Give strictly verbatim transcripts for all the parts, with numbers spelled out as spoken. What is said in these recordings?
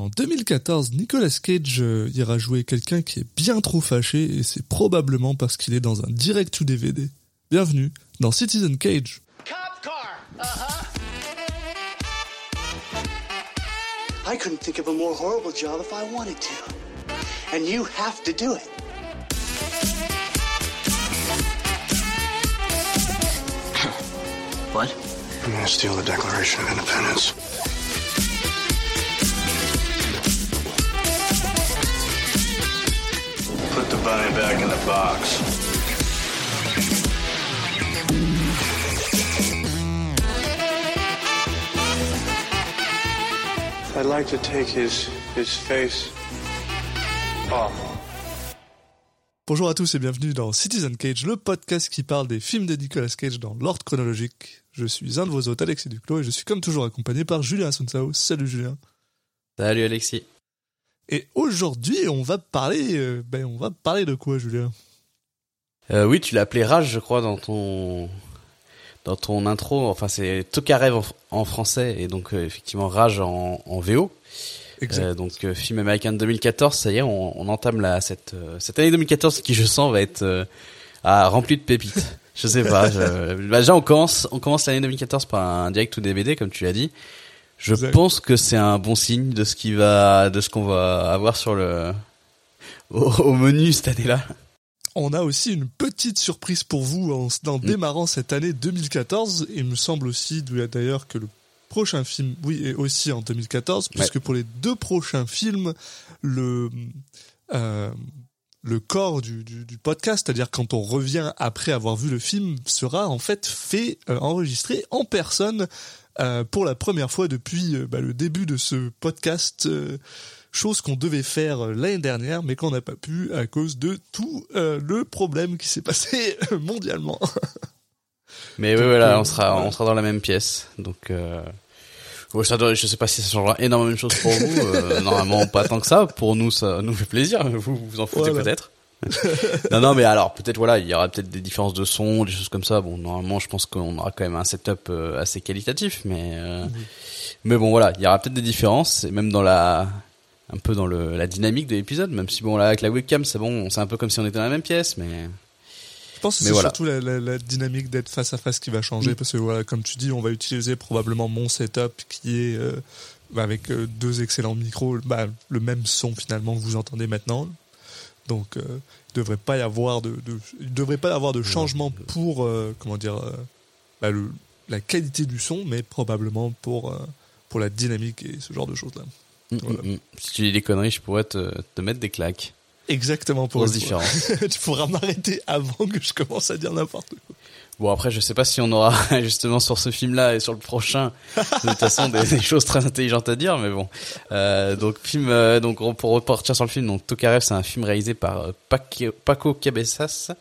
En deux mille quatorze, Nicolas Cage euh, ira jouer quelqu'un qui est bien trop fâché et c'est probablement parce qu'il est dans un direct-to-D V D. Bienvenue dans Citizen Cage. Cop car. Uh-huh. I couldn't think of a more horrible job if I wanted to. And you have to do it. What? I'm gonna steal the Declaration of Independence. Put the bunny back in the box. I'd like to take his his face off. Bonjour à tous et bienvenue dans Citizen Cage, le podcast qui parle des films de Nicolas Cage dans l'ordre chronologique. Je suis un de vos hôtes, Alexis Duclos, et je suis comme toujours accompagné par Julien Asunsao. Salut Julien. Salut Alexis. Et aujourd'hui, on va parler, euh, ben on va parler de quoi, Julien ? Euh, oui, tu l'as appelé Rage, je crois, dans ton dans ton intro. Enfin, c'est Tokarev en, en français et donc euh, effectivement Rage en, en V O. Exact. Euh, donc euh, film américain de deux mille quatorze. Ça y est, on, on entame la cette euh, cette année deux mille quatorze qui, je sens, va être euh, ah, remplie de pépites. Je sais pas. Je, bah, déjà, on commence on commence l'année deux mille quatorze par un direct ou D V D, comme tu l'as dit. Je Exact. pense que c'est un bon signe de ce qui va, de ce qu'on va avoir sur le, au, au menu cette année-là. On a aussi une petite surprise pour vous en, en démarrant cette année deux mille quatorze. Il me semble aussi d'ailleurs que le prochain film, oui, est aussi en deux mille quatorze, puisque ouais. Pour les deux prochains films, le euh, le corps du, du, du podcast, c'est-à-dire quand on revient après avoir vu le film, sera en fait fait, euh, enregistré en personne. Euh, pour la première fois depuis euh, bah, le début de ce podcast, euh, chose qu'on devait faire euh, l'année dernière, mais qu'on n'a pas pu à cause de tout euh, le problème qui s'est passé mondialement. Mais donc, oui, voilà, euh, on sera, voilà. on sera dans la même pièce. Donc, euh, ouais, ça doit, je sais pas si ça changera énormément de choses pour vous. Euh, normalement, pas tant que ça. Pour nous, ça nous fait plaisir. Vous, vous en foutez voilà. peut-être. non non mais alors peut-être voilà il y aura peut-être des différences de son, des choses comme ça. Bon, normalement je pense qu'on aura quand même un setup euh, assez qualitatif, mais euh, oui. mais bon voilà, il y aura peut-être des différences, et même dans la un peu dans le la dynamique de l'épisode, même si bon là avec la webcam c'est bon, c'est un peu comme si on était dans la même pièce, mais je pense que mais c'est voilà. surtout la, la, la dynamique d'être face à face qui va changer, mmh. parce que voilà, comme tu dis, on va utiliser probablement mon setup qui est euh, bah, avec euh, deux excellents micros, bah, le même son finalement que vous entendez maintenant. Donc, euh, il devrait pas y avoir de, de, il devrait pas y avoir de changement pour, euh, comment dire, euh, bah, le, la qualité du son, mais probablement pour, euh, pour la dynamique et ce genre de choses-là. Mmh, voilà. mmh. Si tu dis des conneries, je pourrais te, te mettre des claques. Exactement, pour Grosse différence. Tu pourras m'arrêter avant que je commence à dire n'importe quoi. Bon, après, je sais pas si on aura, justement, sur ce film-là et sur le prochain, de toute façon, des, des choses très intelligentes à dire, mais bon. Euh, donc, film, euh, donc, pour repartir sur le film, donc, Tokarev, c'est un film réalisé par euh, Paco, Paco Cabezas,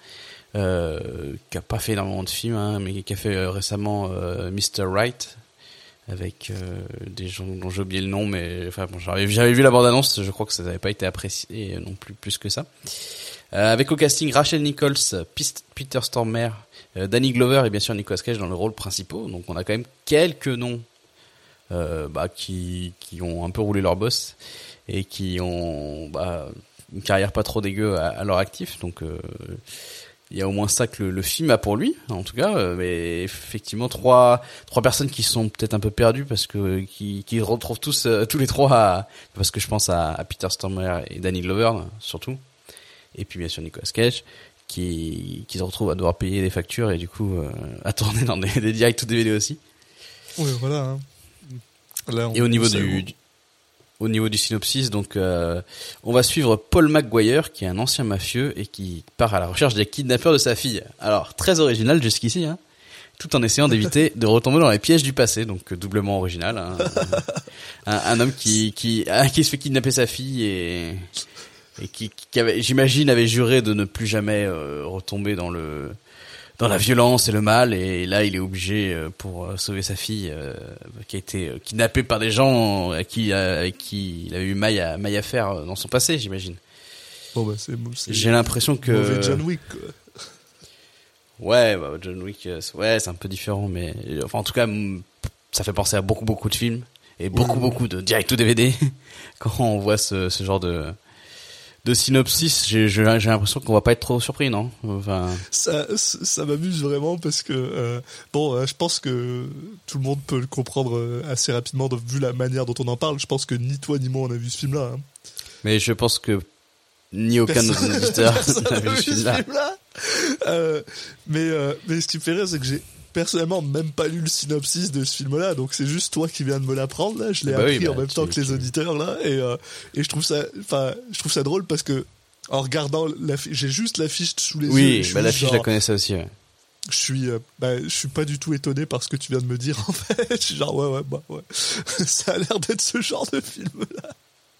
euh, qui a pas fait énormément de films, hein, mais qui a fait euh, récemment, euh, mister Right, avec, euh, des gens dont j'ai oublié le nom, mais, enfin, bon, j'avais, j'avais vu la bande-annonce, je crois que ça n'avait pas été apprécié non plus, plus que ça. Euh, avec au casting Rachel Nichols, Peter Stormare, euh, Danny Glover et bien sûr Nicolas Cage dans le rôle principaux. Donc on a quand même quelques noms euh, bah, qui qui ont un peu roulé leur boss et qui ont bah, une carrière pas trop dégueu à, à leur actif. Donc il euh, y a au moins ça que le, le film a pour lui, en tout cas. Euh, mais effectivement trois trois personnes qui sont peut-être un peu perdues parce que qui qui retrouvent tous euh, tous les trois à, parce que je pense à, à Peter Stormare et Danny Glover surtout. Et puis bien sûr Nicolas Cage qui qui se retrouve à devoir payer des factures et du coup euh, à tourner dans des, des directs ou D V D aussi. Oui, voilà. Hein. Là, on, et au niveau du, du au niveau du synopsis, donc euh, on va suivre Paul McGuire qui est un ancien mafieux et qui part à la recherche des kidnappeurs de sa fille. Alors très original jusqu'ici, hein, tout en essayant d'éviter de retomber dans les pièges du passé, donc doublement original. Hein. un, un homme qui qui qui se fait kidnapper sa fille et et qui, qui avait, j'imagine, avait juré de ne plus jamais euh, retomber dans le dans la violence et le mal, et là il est obligé euh, pour euh, sauver sa fille euh, qui a été euh, kidnappée par des gens à qui euh, avec qui il avait eu maille à maille à faire dans son passé, j'imagine. Bon bah c'est, c'est j'ai l'impression que mauvais John Wick, quoi. Ouais, bah, John Wick, ouais, c'est un peu différent, mais enfin en tout cas ça fait penser à beaucoup beaucoup de films. et beaucoup oui. beaucoup de direct to D V D. Quand on voit ce, ce genre de de synopsis, j'ai, j'ai, j'ai l'impression qu'on va pas être trop surpris, non? Enfin, ça, ça, ça m'amuse vraiment parce que euh, bon, euh, je pense que tout le monde peut le comprendre euh, assez rapidement vu la manière dont on en parle. Je pense que ni toi ni moi on a vu ce film-là. Hein. Mais je pense que ni aucun de nos auditeurs n'a vu ce film-là. film-là. Euh, mais euh, mais ce qui me fait rire, c'est que j'ai personnellement même pas lu le synopsis de ce film-là, donc c'est juste toi qui viens de me l'apprendre là. Je l'ai bah appris oui, bah, en même tu, temps que tu... les auditeurs là, et euh, et je trouve ça, enfin, je trouve ça drôle parce que en regardant l'affiche, j'ai juste l'affiche sous les oui, yeux. Oui, bah l'affiche genre, je la connaissais aussi. Ouais. Je suis, euh, bah, je suis pas du tout étonné par ce que tu viens de me dire en fait. Je suis genre ouais ouais bah ouais, ça a l'air d'être ce genre de film-là.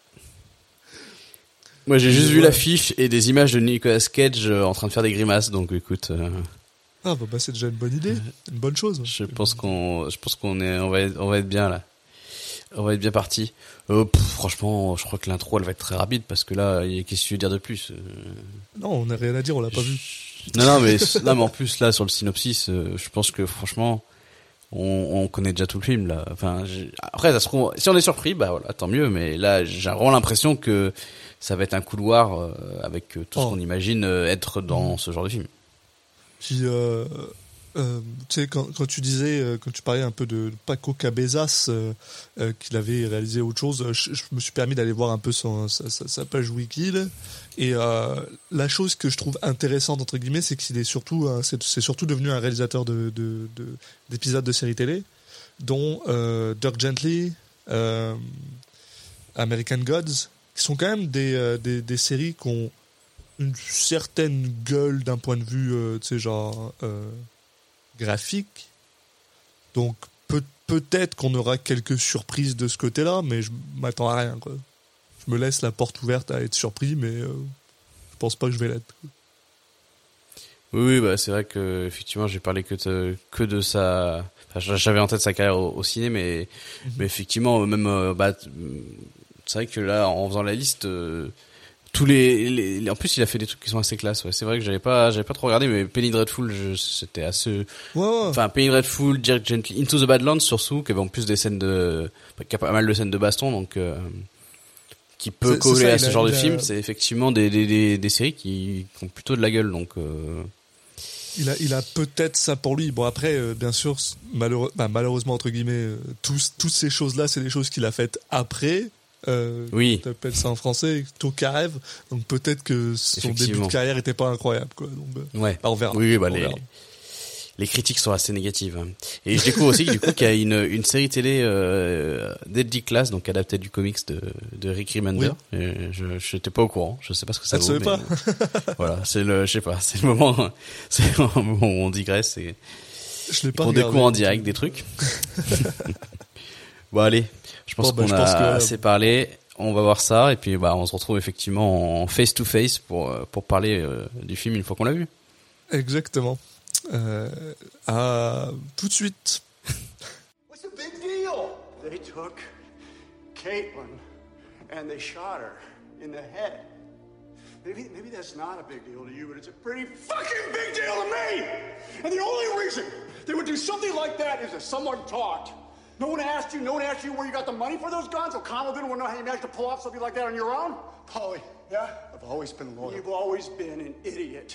Moi j'ai juste ouais. vu l'affiche et des images de Nicolas Cage en train de faire des grimaces, donc écoute. Euh... Ah bah, bah c'est déjà une bonne idée, une bonne chose. Je pense qu'on, je pense qu'on est, on va être, on va être bien là. On va être bien parti. Euh, pff, franchement, je crois que l'intro elle va être très rapide parce que là, qu'est-ce que tu veux dire de plus? Non, on n'a rien à dire, on l'a pas je... vu. Non non mais non mais en plus là sur le synopsis, euh, je pense que franchement, on, on connaît déjà tout le film là. Enfin, j'ai... après ça se trouve, si on est surpris, bah voilà, tant mieux. Mais là, j'ai vraiment l'impression que ça va être un couloir euh, avec tout oh. ce qu'on imagine euh, être dans mmh. ce genre de film. Puis, euh, euh, tu sais, quand, quand tu disais, euh, quand tu parlais un peu de Paco Cabezas, euh, euh, qu'il avait réalisé autre chose, je, je me suis permis d'aller voir un peu son, sa, sa, sa page wiki. Et euh, la chose que je trouve intéressante, entre guillemets, c'est qu'il est surtout, euh, c'est, c'est surtout devenu un réalisateur de, de, de, d'épisodes de séries télé, dont euh, Dirk Gently, euh, American Gods, qui sont quand même des, euh, des, des séries qui ont une certaine gueule d'un point de vue, euh, tu sais, genre euh, graphique. Donc peut, peut-être qu'on aura quelques surprises de ce côté-là, mais je m'attends à rien, quoi. Je me laisse la porte ouverte à être surpris, mais euh, je pense pas que je vais l'être. Oui, oui, bah c'est vrai que effectivement j'ai parlé que de, que de sa, enfin, j'avais en tête sa carrière au, au ciné, mais mm-hmm. mais effectivement même euh, bah c'est vrai que là en faisant la liste. Euh, Tous les, les, les, en plus il a fait des trucs qui sont assez classe. Ouais, c'est vrai que j'avais pas, j'avais pas trop regardé, mais Penny Dreadful, je, c'était assez. Ouais, ouais. Enfin, Penny Dreadful, Dirk Gently, Into the Badlands surtout, qui avait en plus des scènes de, qui a pas mal de scènes de baston, donc euh, qui peut c'est, coller c'est ça, à ce a, genre de a... film. C'est effectivement des, des, des, des séries qui, qui ont plutôt de la gueule, donc. Euh... Il a, il a peut-être ça pour lui. Bon après, euh, bien sûr, malheureux, bah, malheureusement entre guillemets, euh, tous, toutes ces choses-là, c'est des choses qu'il a faites après. Euh, oui. T'appelles ça en français, Tokarev. Donc peut-être que son début de carrière était pas incroyable, quoi. Donc, ouais. Bah, on verra. Oui, bah on les, verra. les critiques sont assez négatives. Et je découvre aussi du coup qu'il y a une, une série télé euh, Deadly Class, donc adaptée du comics de, de Rick Remender. Oui. Et je, je n'étais pas au courant. Je sais pas ce que ça ah, vaut. Tu savais mais pas voilà, c'est le, je sais pas, c'est le moment, c'est le moment où on digresse et je l'ai pas on regardé. découvre en direct des trucs. Bon allez, je pense bon, qu'on bah, je a pense que, assez euh... parlé. On va voir ça et puis bah on se retrouve effectivement en face to face pour pour parler euh, du film une fois qu'on l'a vu. Exactement. Euh, à tout de suite. What's the big deal? They took Caitlin and they shot her in the head. Maybe maybe that's not a big deal to you, but it's a pretty fucking big deal to me. And the only reason they would do something like that is if someone talked. No one asked you, no one asked you where you got the money for those guns? O'Connell didn't want to know how you managed to pull off something like that on your own? Paulie, yeah? I've always been loyal. You've always been an idiot.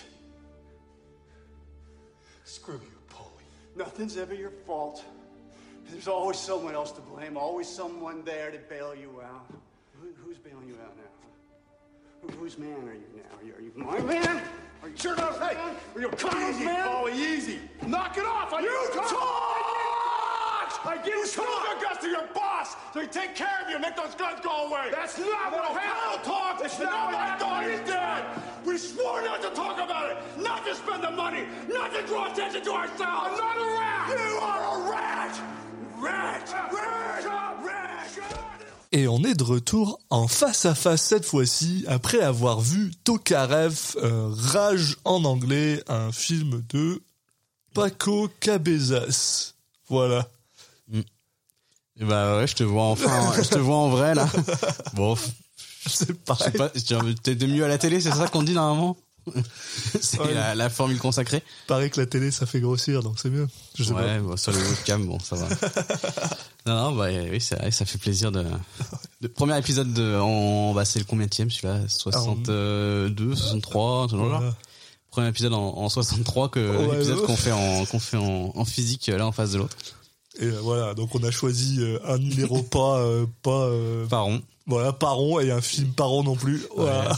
Screw you, Paulie. Nothing's ever your fault. There's always someone else to blame, always someone there to bail you out. Who, who's bailing you out now? Who, whose man are you now? Are you, are you my man? Are you sure about that? Are you O'Connell's man? Paulie, easy. Knock it off! You talk! I give you some of your guts to your boss, so he take care of you and make those guns go away. That's not what happened. Talk. That's not what happened. He's dead. We swore not to talk about it, not to spend the money, not to draw attention to ourselves. I'm not a rat. You are a rat. Rat. Rat. Rat. Et on est de retour en face à face cette fois-ci après avoir vu Tokarev, euh, Rage en anglais, un film de Paco Cabezas. Voilà. Mm. Et bah ouais, je te vois enfin, je te vois en vrai là. Bon, c'est pareil. Je sais pas, t'es de mieux à la télé, c'est ça qu'on dit normalement. C'est Ouais. la, la formule consacrée. Paraît que la télé, ça fait grossir, donc c'est mieux. Je sais Ouais, bon, sur le webcam, bon, ça va. non, non, bah oui, c'est vrai, ça fait plaisir de. Le premier épisode de, en, bah c'est le combienième celui-là, soixante-deux, soixante-trois, ce pas. genre. Voilà. Premier épisode en, en soixante-trois que Ouais, l'épisode ouais. qu'on fait en qu'on fait en, en physique l'un en face de l'autre. Et euh, voilà, donc on a choisi euh, un numéro pas, euh, pas, euh, Par rond. voilà, pas rond et un film pas rond non plus. Voilà.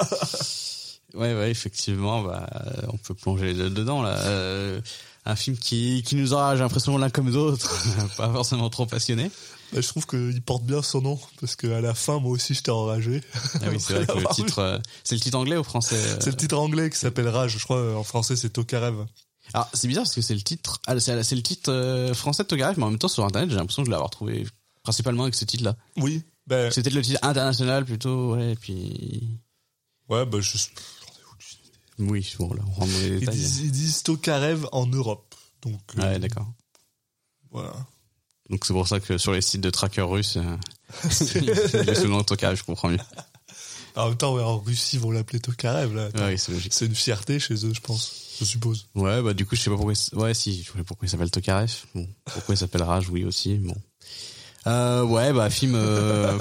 Ouais, ouais, effectivement, bah, on peut plonger de- dedans là. Euh, un film qui qui nous aura, j'ai l'impression, l'un comme l'autre, pas forcément trop passionné. Bah, je trouve qu'il porte bien son nom parce que à la fin, moi aussi, j'étais enragé. Ah oui, c'est vrai que le titre, euh, c'est le titre anglais ou français euh, C'est le titre anglais qui s'appelle Rage. Je crois en français c'est Tokarev. Alors c'est bizarre parce que c'est le titre, ah, c'est, c'est le titre euh, français de Tokarev, mais en même temps sur internet, j'ai l'impression de l'avoir trouvé principalement avec ce titre-là. Oui. Ben C'était le titre international plutôt, ouais, et puis ouais, bah je. oui, bon là, on rentre dans les Ils détails. disent, ils disent Tokarev en Europe. Donc. euh, Ouais, d'accord. Voilà. Donc c'est pour ça que sur les sites de trackers russes, euh, il y a ce nom de Tokarev, je comprends mieux. En même temps, ouais, en Russie, ils vont l'appeler Tokarev là. Attends. Ouais, oui, c'est logique. C'est une fierté chez eux, je pense. Je suppose. Ouais, bah du coup, je sais pas pourquoi. il- Ouais, si, je sais pourquoi il s'appelle Tokarev. Bon, pourquoi il s'appelle Rage, oui aussi. Bon. Euh, ouais, bah film euh,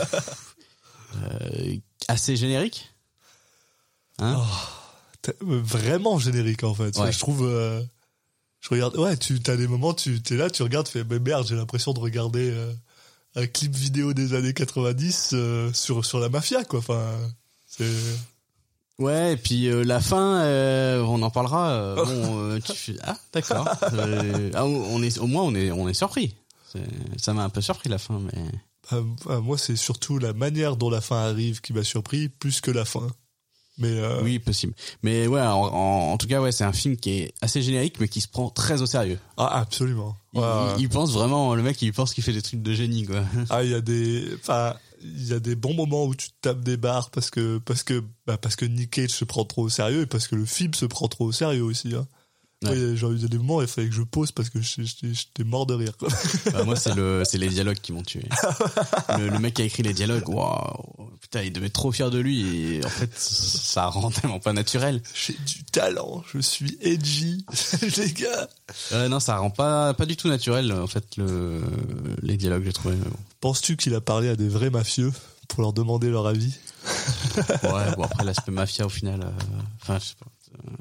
euh, assez générique. Hein T'as- euh, Vraiment générique en fait. Ouais. Je trouve. euh, Je regarde. Ouais, tu as des moments, tu t'es là, tu regardes, tu fais mais merde, j'ai l'impression de regarder euh, un clip vidéo des années quatre-vingt-dix euh, sur sur la mafia quoi. Enfin, c'est. Ouais, et puis euh, la fin, euh, on en parlera. euh, bon, euh, tu fais ah d'accord. Euh, ah, on est au moins on est on est surpris. C'est, ça m'a un peu surpris la fin, mais Ah, ah, moi, c'est surtout la manière dont la fin arrive qui m'a surpris plus que la fin. Mais euh, oui possible. Mais ouais, en, en, en tout cas ouais, c'est un film qui est assez générique, mais qui se prend très au sérieux. ah absolument. Il, Ouais, ouais. il- il pense vraiment, le mec, il pense qu'il fait des trucs de génie, quoi. Ah, il y a des, enfin, il y a des bons moments où tu te tapes des barres parce que, parce que, bah, parce que Nick Cage se prend trop au sérieux et parce que le film se prend trop au sérieux aussi, hein. Ouais. Ouais, genre, il y a des moments où il fallait que je pause parce que j'étais, j'étais- j'étais mort de rire, quoi. Bah, moi, c'est le, c'est les dialogues qui m'ont tué. Le, le mec qui a écrit les dialogues, waouh, putain, il devait être trop fier de lui et en fait, ça rend tellement pas naturel. J'ai du talent, je suis edgy, les gars. Euh, non, ça rend pas, pas du tout naturel, en fait, le, les dialogues, j'ai trouvé. mais bon. Penses-tu qu'il a parlé à des vrais mafieux pour leur demander leur avis? Ouais, bon, après, l'aspect mafia, au final, euh, enfin, je sais pas.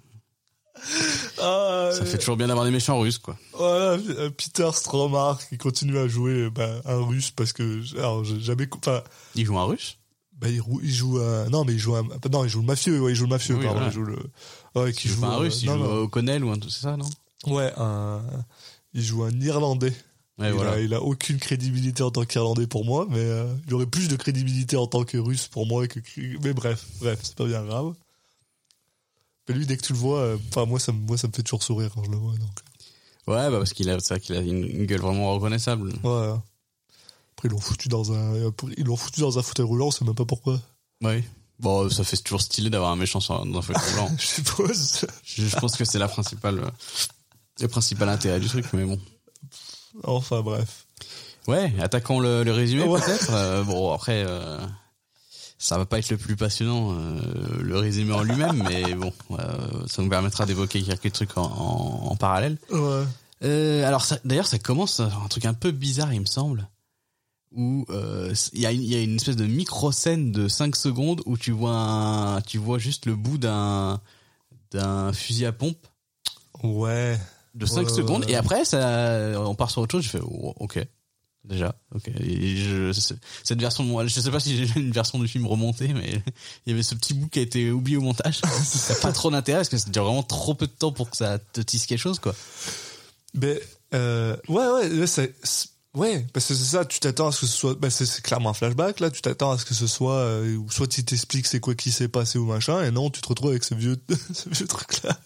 Ah, Ça fait toujours bien d'avoir des méchants russes, quoi. voilà, euh, Peter Stormare qui continue à jouer bah, un russe parce que alors j'ai jamais enfin Il joue un russe? bah il, rou- il joue un non mais il joue un non il joue le mafieux ouais il joue le mafieux Oui, pardon voilà. il joue le ouais qui Il joue pas un euh, russe, il non, joue non. au Connell ou un truc, c'est ça, non? ouais un il joue un Irlandais. Ouais, il, voilà. a, il a aucune crédibilité en tant qu'Irlandais pour moi mais euh, il aurait plus de crédibilité en tant que Russe pour moi que mais bref bref c'est pas bien grave. Mais lui dès que tu le vois enfin moi ça me moi ça me fait toujours sourire quand je le vois donc. Ouais, bah, parce qu'il a, c'est vrai qu'il a une, une gueule vraiment reconnaissable. Ouais. Après, ils l'ont foutu dans un, ils l'ont foutu dans un fauteuil roulant, on sait même pas pourquoi. Oui. Bon, ça fait toujours stylé d'avoir un méchant sur- dans un fauteuil roulant. Je suppose. je, je pense que c'est la principale, euh, le principal intérêt du truc, mais bon. Enfin, bref. Ouais, attaquons le, le résumé Ouais. peut-être. Euh, bon, après, euh, ça va pas être le plus passionnant, euh, le résumé en lui-même, mais bon, euh, ça nous permettra d'évoquer quelques trucs en, en, en parallèle. Ouais. Euh, alors, ça, d'ailleurs, ça commence un truc un peu bizarre, il me semble, où euh, il y a une, il y a une espèce de micro-scène de cinq secondes où tu vois un, tu vois juste le bout d'un d'un fusil à pompe Ouais. de cinq Ouais, secondes ouais. et après ça on part sur autre chose. Je fais oh, ok déjà ok et je, cette version de moi je sais pas si j'ai une version du film remontée mais il y avait ce petit bout qui a été oublié au montage. Ça n'a pas trop d'intérêt parce que ça dure vraiment trop peu de temps pour que ça te tisse quelque chose quoi. Mais, euh, ouais, ouais, là, c'est, c'est- ouais, parce que c'est ça, tu t'attends à ce que ce soit, bah, c'est, c'est clairement un flashback, là, tu t'attends à ce que ce soit, euh, ou soit tu t'expliques c'est quoi qui s'est passé ou machin, et non, tu te retrouves avec ce vieux, ce vieux truc-là.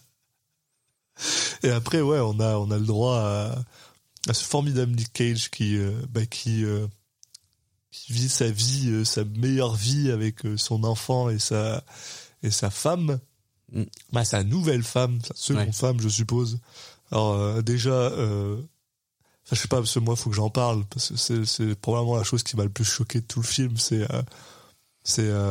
Et après, ouais, on a, on a le droit à, à ce formidable Nick Cage qui, euh, bah, qui, euh, qui vit sa vie, euh, sa meilleure vie avec euh, son enfant et sa, et sa femme. Mm. Bah, sa nouvelle femme, sa seconde Ouais. femme, je suppose. Alors, euh, déjà, euh, enfin, je sais pas, parce que moi, faut que j'en parle, parce que c'est, c'est probablement la chose qui m'a le plus choqué de tout le film, c'est, euh, c'est, euh,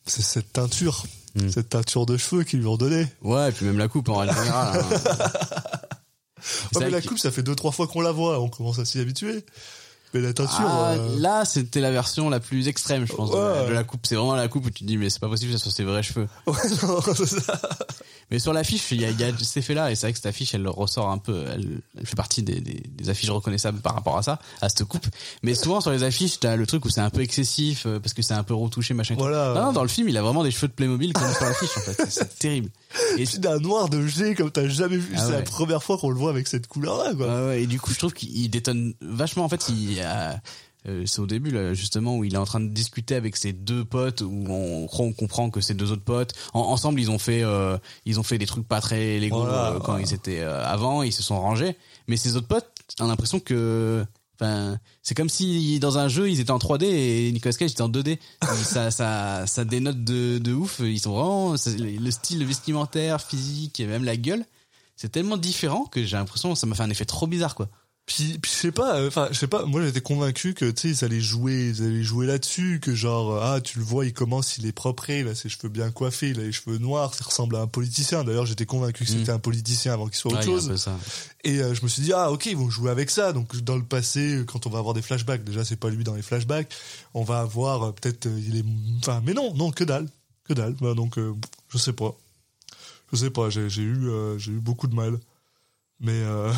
c'est cette teinture, mm. cette teinture de cheveux qu'ils lui ont donné. Ouais, et puis même la coupe en règle générale. Hein. Ouais, mais la coupe, ça fait deux trois fois qu'on la voit, on commence à s'y habituer. Mais la teinture... Ah, euh... là, c'était la version la plus extrême, je pense, ouais. de, la, de la coupe. C'est vraiment la coupe où tu te dis, mais c'est pas possible que ça soit ses vrais cheveux. Ouais, non, c'est ça. Mais sur l'affiche, il y a, il y a cet effet-là, et c'est vrai que cette affiche, elle ressort un peu, elle, elle fait partie des, des, des affiches reconnaissables par rapport à ça, à cette coupe. Mais souvent, sur les affiches, t'as le truc où c'est un peu excessif, parce que c'est un peu retouché, machin. Voilà. Non, non, dans le film, il a vraiment des cheveux de Playmobil comme sur l'affiche, en fait. C'est, c'est terrible. Et puis d'un noir de G comme t'as jamais vu. Ah c'est ouais. la première fois qu'on le voit avec cette couleur-là, quoi. Ouais, ouais, et du coup, je trouve qu'il détonne vachement. En fait, il a, euh, c'est au début, là, justement, où il est en train de discuter avec ses deux potes, où on, on comprend que c'est deux autres potes. En, ensemble, ils ont fait, euh, ils ont fait des trucs pas très légaux voilà, euh, quand voilà. ils étaient euh, avant. Ils se sont rangés. Mais ces autres potes, on a l'impression que, enfin, c'est comme si dans un jeu, ils étaient en trois D et Nicolas Cage était en deux D. Et ça, ça, ça dénote de, de ouf. Ils sont vraiment, c'est- le style vestimentaire, physique et même la gueule. C'est tellement différent que j'ai l'impression, ça m'a fait un effet trop bizarre, quoi. Puis, puis je sais pas, enfin, je sais pas, moi j'étais convaincu que, tu sais, ils allaient jouer, ils allaient jouer là-dessus, que genre, ah, tu le vois, il commence, il est propre, il a ses cheveux bien coiffés, il a les cheveux noirs, ça ressemble à un politicien. D'ailleurs, j'étais convaincu que c'était Mm. un politicien avant qu'il soit autre Ouais, il y a un chose. peu ça. Et euh, je me suis dit, ah, ok, ils vont jouer avec ça. Donc, dans le passé, quand on va avoir des flashbacks, déjà, c'est pas lui dans les flashbacks, on va avoir, euh, peut-être, euh, il est, enfin, mais non, non, que dalle, que dalle. Bah, donc, euh, je sais pas. Je sais pas, j'ai, j'ai eu, euh, j'ai eu beaucoup de mal. Mais, euh...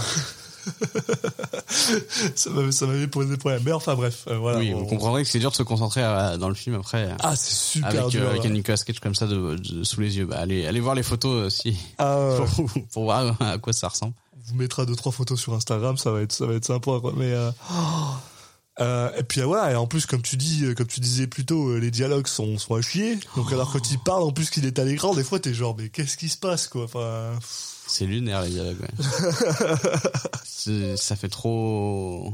ça m'avait, ça m'avait posé problème. Mais enfin, bref, euh, voilà. Oui, on- vous comprendrez que c'est dur de se concentrer à- dans le film après. Ah, c'est super avec, dur. euh, avec hein. un Nicolas Cage comme ça de, de- sous les yeux. Bah, allez, allez voir les photos euh, si, Ah, ouais. pour, pour voir à quoi ça ressemble. On vous mettra deux, trois photos sur Instagram, ça va être, ça va être sympa, quoi. Mais, euh... Euh, et puis, ouais, et en plus, comme tu dis, comme tu disais plus tôt, euh, les dialogues sont, sont à chier. Donc, alors, quand il parle, en plus qu'il est à l'écran, des fois, t'es genre, mais qu'est-ce qui se passe, quoi? Enfin, C'est lunaire les dialogues. Ouais. C'est- ça fait trop.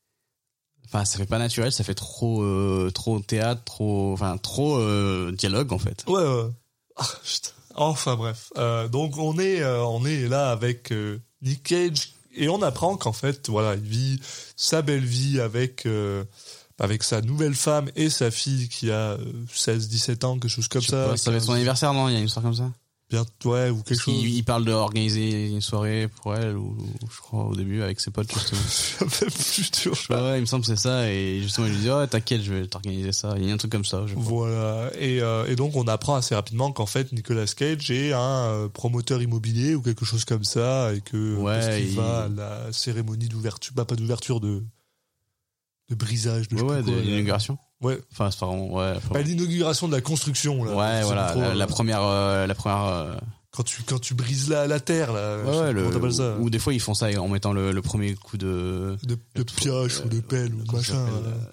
Enfin, ça fait pas naturel, ça fait trop, euh, trop théâtre, trop, enfin, trop euh, dialogue en fait. ouais, ouais. Ah, putain. Enfin, bref. Euh, donc, on est, euh, on est là avec euh, Nick Cage. Et on apprend qu'en fait, voilà, il vit sa belle vie avec euh, avec sa nouvelle femme et sa fille qui a euh, seize dix-sept ans, quelque chose comme Je sais ça. pas, ça va être son anniversaire, non? Il y a une histoire comme ça. Bien, ouais, ou quelque Parce qu'il chose. il parle d'organiser une soirée pour elle, ou, ou je crois au début avec ses potes justement. Même plus dur. Ouais, ouais, il me semble que c'est ça, et justement il lui dit, oh t'inquiète, je vais t'organiser ça. Il y a un truc comme ça, je crois. Voilà. Et, euh, et donc, on apprend assez rapidement qu'en fait, Nicolas Cage est un euh, promoteur immobilier ou quelque chose comme ça, et que Ouais, parce qu'il il- va à la cérémonie d'ouverture, bah, pas d'ouverture, de de brisage, de je Ouais, sais ouais, plus de quoi, là. l'inauguration. Ouais. Enfin, c'est pas vraiment, ouais. enfin, Bah, l'inauguration de la construction, là. ouais, C'est voilà, trop, la, euh, la première, euh, la première, euh, Quand tu, quand tu brises la, la terre, là. je sais ouais, pas ouais, comment le, t'appelles ça. ou des fois ils font ça en mettant le, le premier coup de, De, de pioche ou de pelle ou comment ça machin. s'appelle, là. euh,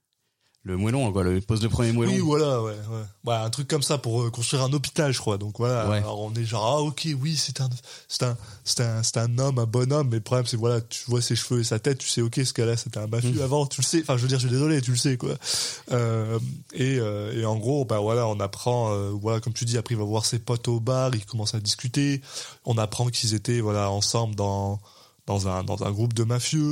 le moellon, quoi, le pose le premier moellon. Oui, voilà, ouais, ouais. Ouais, un truc comme ça pour euh, construire un hôpital, je crois. Donc voilà, Ouais. alors on est genre, ah ok, oui, c'est un, c'est un, c'est un, c'est un homme, un bonhomme, mais le problème c'est voilà, tu vois ses cheveux et sa tête, tu sais, ok, ce gars-là c'était un mafieux Mm. avant, tu le sais. Enfin, je veux dire, je suis désolé, tu le sais, quoi. Euh, et, euh, et en gros, bah voilà, on apprend, euh, voilà, comme tu dis, après il va voir ses potes au bar, ils commencent à discuter. On apprend qu'ils étaient, voilà, ensemble dans, dans un, dans un groupe de mafieux.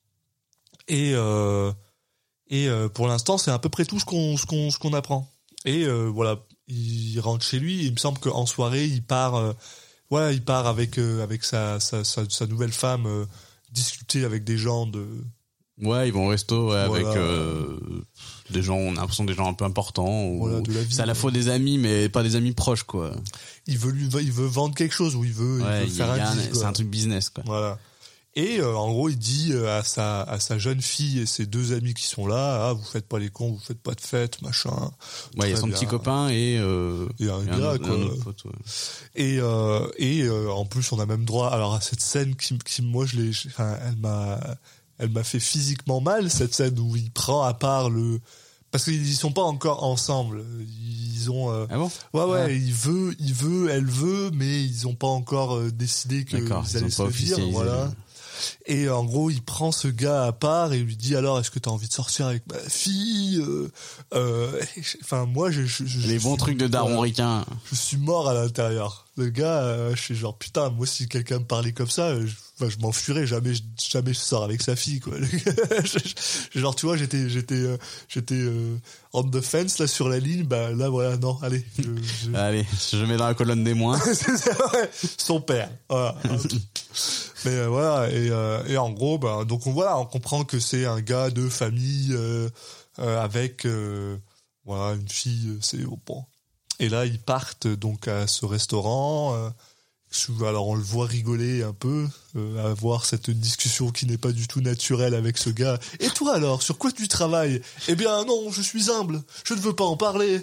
Et, euh, Et euh, pour l'instant, c'est à peu près tout ce qu'on ce qu'on ce qu'on apprend. Et euh, voilà, il rentre chez lui. Et il me semble qu'en soirée, il part. Euh, voilà, il part avec euh, avec sa, sa sa sa nouvelle femme euh, discuter avec des gens de. Ouais, ils vont au resto ouais, Voilà. avec euh, des gens, on a l'impression des gens un peu importants. Ou, Voilà, de la vie, c'est à la ouais. fois des amis, mais pas des amis proches, quoi. Il veut lui il veut vendre quelque chose ou il veut, Ouais, il veut il y faire a- il y a un un- deal, quoi. c'est un truc business, quoi. Voilà. Et euh, en gros, il dit euh, à sa à sa jeune fille et ses deux amis qui sont là, ah, vous faites pas les cons, vous faites pas de fête, machin. Ouais, il y a Très son bien. petit copain et, euh, Et un et gars, autre- quoi. un autre pote, ouais. Et euh, et euh, en plus, on a même droit alors à cette scène qui qui moi je l'ai, enfin, elle m'a elle m'a fait physiquement mal, cette scène où il prend à part le parce qu'ils sont pas encore ensemble. Ils ont euh, Ah bon? ouais ouais, Ah. il veut, il veut, elle veut, mais ils ont pas encore euh, décidé que D'accord, ils ils allaient ont se pas le dire, officialisé. voilà. Et en gros, il prend ce gars à part et lui dit alors, est-ce que t'as envie de sortir avec ma fille? euh, euh, Enfin, moi, je, je, je les je bons suis, trucs de daron ricain. Je suis mort à l'intérieur. Le gars, euh, je suis genre putain, moi si quelqu'un me parlait comme ça, je, enfin, je m'enfuirais. Jamais, je, jamais je sors avec sa fille, quoi. je, je, genre, tu vois, j'étais, j'étais, euh, j'étais euh, on the fence là sur la ligne. Bah là, voilà, non, allez. Je, je... Allez, je mets dans la colonne des moins. Ouais, son père. Voilà. Mais euh, voilà, et, euh, et en gros, bah, donc on voilà, on comprend que c'est un gars de famille euh, euh, avec euh, voilà une fille, c'est bon. Et là, ils partent donc à ce restaurant. Euh, alors on le voit rigoler un peu, euh, avoir cette discussion qui n'est pas du tout naturelle avec ce gars. Et toi alors, sur quoi tu travailles? Eh bien non, je suis humble, je ne veux pas en parler.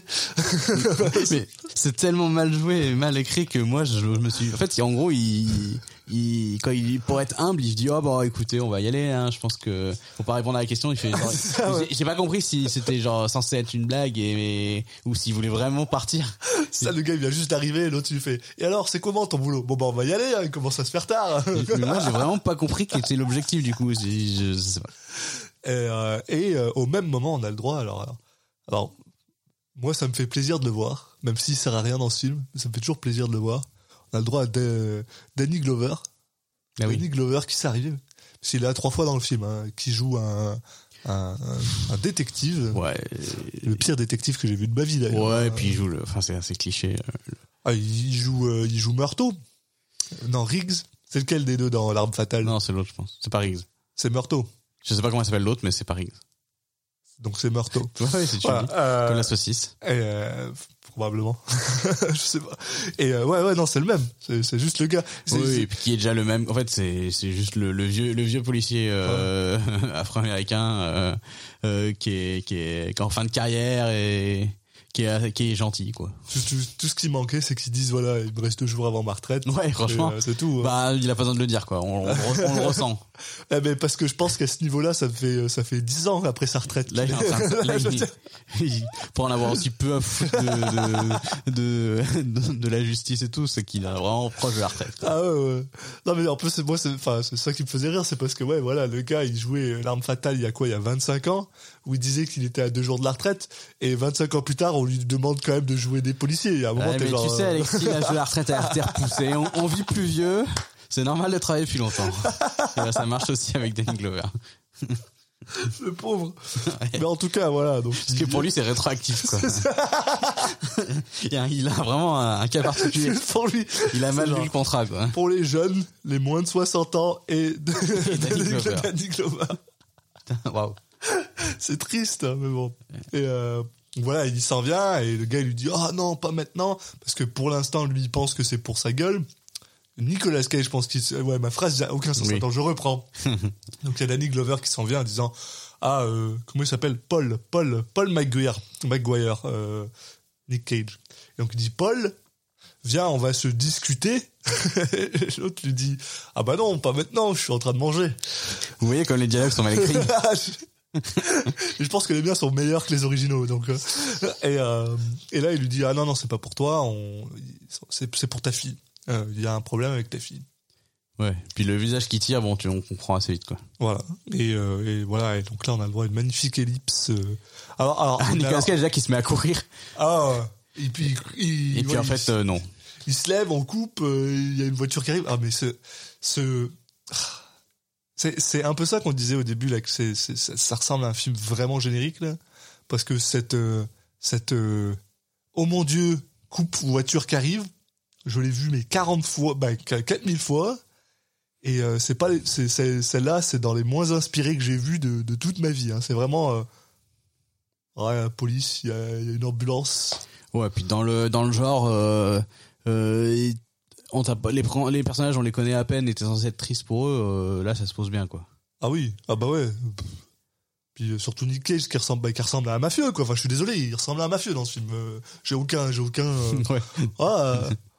Mais c'est tellement mal joué et mal écrit que moi je, je me suis. En fait, en gros, il, il, quand il pour être humble, il se dit oh bon écoutez, on va y aller. Hein. Je pense que faut pas répondre à la question. Il fait. Genre, ça, ouais. j'ai, j'ai pas compris si c'était genre censé être une blague et, et ou s'il voulait vraiment partir. Ça, le gars il vient juste d'arriver, l'autre il fait. Et alors, c'est comment ton boulot? Bon bah on va y aller, hein, il commence à se faire tard. Mais moi j'ai vraiment pas compris quel était l'objectif du coup. Je, je, je sais pas. Et, euh, et euh, au même moment, on a le droit. Alors, alors, alors, moi, ça me fait plaisir de le voir, même s'il sert à rien dans ce film. Ça me fait toujours plaisir de le voir. On a le droit à de, Danny Glover. Ah oui. Danny Glover qui s'arrive, parce qu'il est là trois fois dans le film, hein, qui joue un, un, un, un détective. Ouais. Le pire détective que j'ai vu de ma vie d'ailleurs. Ouais, et puis il joue le. Enfin, c'est assez cliché. Ah, il joue, euh, il joue Murtaugh. Non, Riggs. C'est lequel des deux dans L'Arme Fatale? Non, c'est l'autre, je pense. C'est pas Riggs. C'est Murtaugh. Je sais pas comment il s'appelle l'autre, mais c'est pas Riggs. Donc c'est Murtaugh. Ouais, c'est tu Voilà, dis. euh, Comme la saucisse. Et euh, probablement. Je sais pas. Et euh, ouais, ouais, non, c'est le même. C'est, c'est juste le gars. C'est, Oui, c'est... et puis qui est déjà le même. En fait, c'est c'est juste le, le vieux le vieux policier euh, ouais. afro-américain euh, euh, qui est qui est qui est en fin de carrière et qui est qui est gentil quoi. Tout, tout, tout ce qui manquait, c'est qu'ils disent voilà, il me reste deux jours avant ma retraite. Ouais, franchement, et, euh, c'est tout. Hein. Bah, il a pas besoin de le dire quoi. On, on, on le ressent. Eh ben parce que je pense qu'à ce niveau-là, ça fait ça fait dix ans après sa retraite. Là, il est en train, là, il, il, pour en avoir aussi peu à foutre de de, de, de, de la justice et tout, c'est qu'il est vraiment proche de la retraite. Quoi. Ah ouais, ouais. Non mais en plus c'est moi c'est enfin c'est ça qui me faisait rire, c'est parce que ouais voilà, le gars il jouait L'Arme Fatale il y a quoi, il y a vingt-cinq ans, où il disait qu'il était à deux jours de la retraite, et vingt-cinq ans plus tard on lui demande quand même de jouer des policiers. Et à un moment ouais, t'es mais genre, tu sais Alexis, l'âge de la retraite a été repoussé. On, on vit plus vieux. C'est normal de travailler depuis longtemps. Et là, ça marche aussi avec Danny Glover. Le pauvre. Ouais. Mais en tout cas, voilà. Donc, parce que pour lui, c'est rétroactif, quoi. C'est il, a, il a vraiment un, un cas particulier. Pour lui. Il a mal genre, lu le contrat, quoi. Pour les jeunes, les moins de soixante ans et, de, et Danny Glover. Danny Glover. Waouh. C'est triste, hein, mais bon. Et euh, voilà, il s'en vient et le gars il lui dit ah oh, non, pas maintenant, parce que pour l'instant lui il pense que c'est pour sa gueule. Nicolas Cage, je pense qu'il ouais ma phrase n'a aucun sens. Oui. Attends, je reprends. Donc il y a Danny Glover qui s'en vient en disant ah euh, comment il s'appelle Paul Paul Paul McGuire McGuire euh, Nick Cage. Et donc il dit Paul, viens, on va se discuter. Et l'autre lui dit ah bah non, pas maintenant, je suis en train de manger. Vous voyez comme les dialogues sont mal écrits. Je pense que les miens sont meilleurs que les originaux, donc euh, et euh, et là il lui dit ah non non c'est pas pour toi, on c'est c'est pour ta fille. Il euh, y a un problème avec ta fille. Ouais. Puis le visage qui tire, bon, tu on comprend assez vite quoi. Voilà. Et, euh, et voilà. Et donc là on a le droit à une magnifique ellipse. Euh... Alors alors. Ah, Nicolas Cage là qui se met à courir. Ah. Et puis il. Et puis ouais, en fait euh, non. Il se lève, on coupe. Il euh, y a une voiture qui arrive. Ah mais ce ce. C'est c'est un peu ça qu'on disait au début là, que c'est, c'est ça, ça ressemble à un film vraiment générique là, parce que cette euh, cette euh, oh mon Dieu, coupe voiture qui arrive, je l'ai vu mais quarante fois, bah quatre mille fois, et euh, c'est pas c'est, c'est celle-là, c'est dans les moins inspirées que j'ai vues de de toute ma vie. Hein. C'est vraiment euh, ouais, la police, il y a, y a une ambulance. Ouais, puis dans le dans le genre. Euh, euh, On t'a pas, les, les personnages on les connaît à peine et t'es censé être triste pour eux, euh, là ça se pose bien quoi. Ah oui, ah bah ouais. Puis surtout Nick Cage qui ressemble, bah, qui ressemble à un mafieux quoi. Enfin je suis désolé, il ressemble à un mafieux dans ce film. Euh, j'ai aucun, j'ai aucun. Euh... ouais. Ah.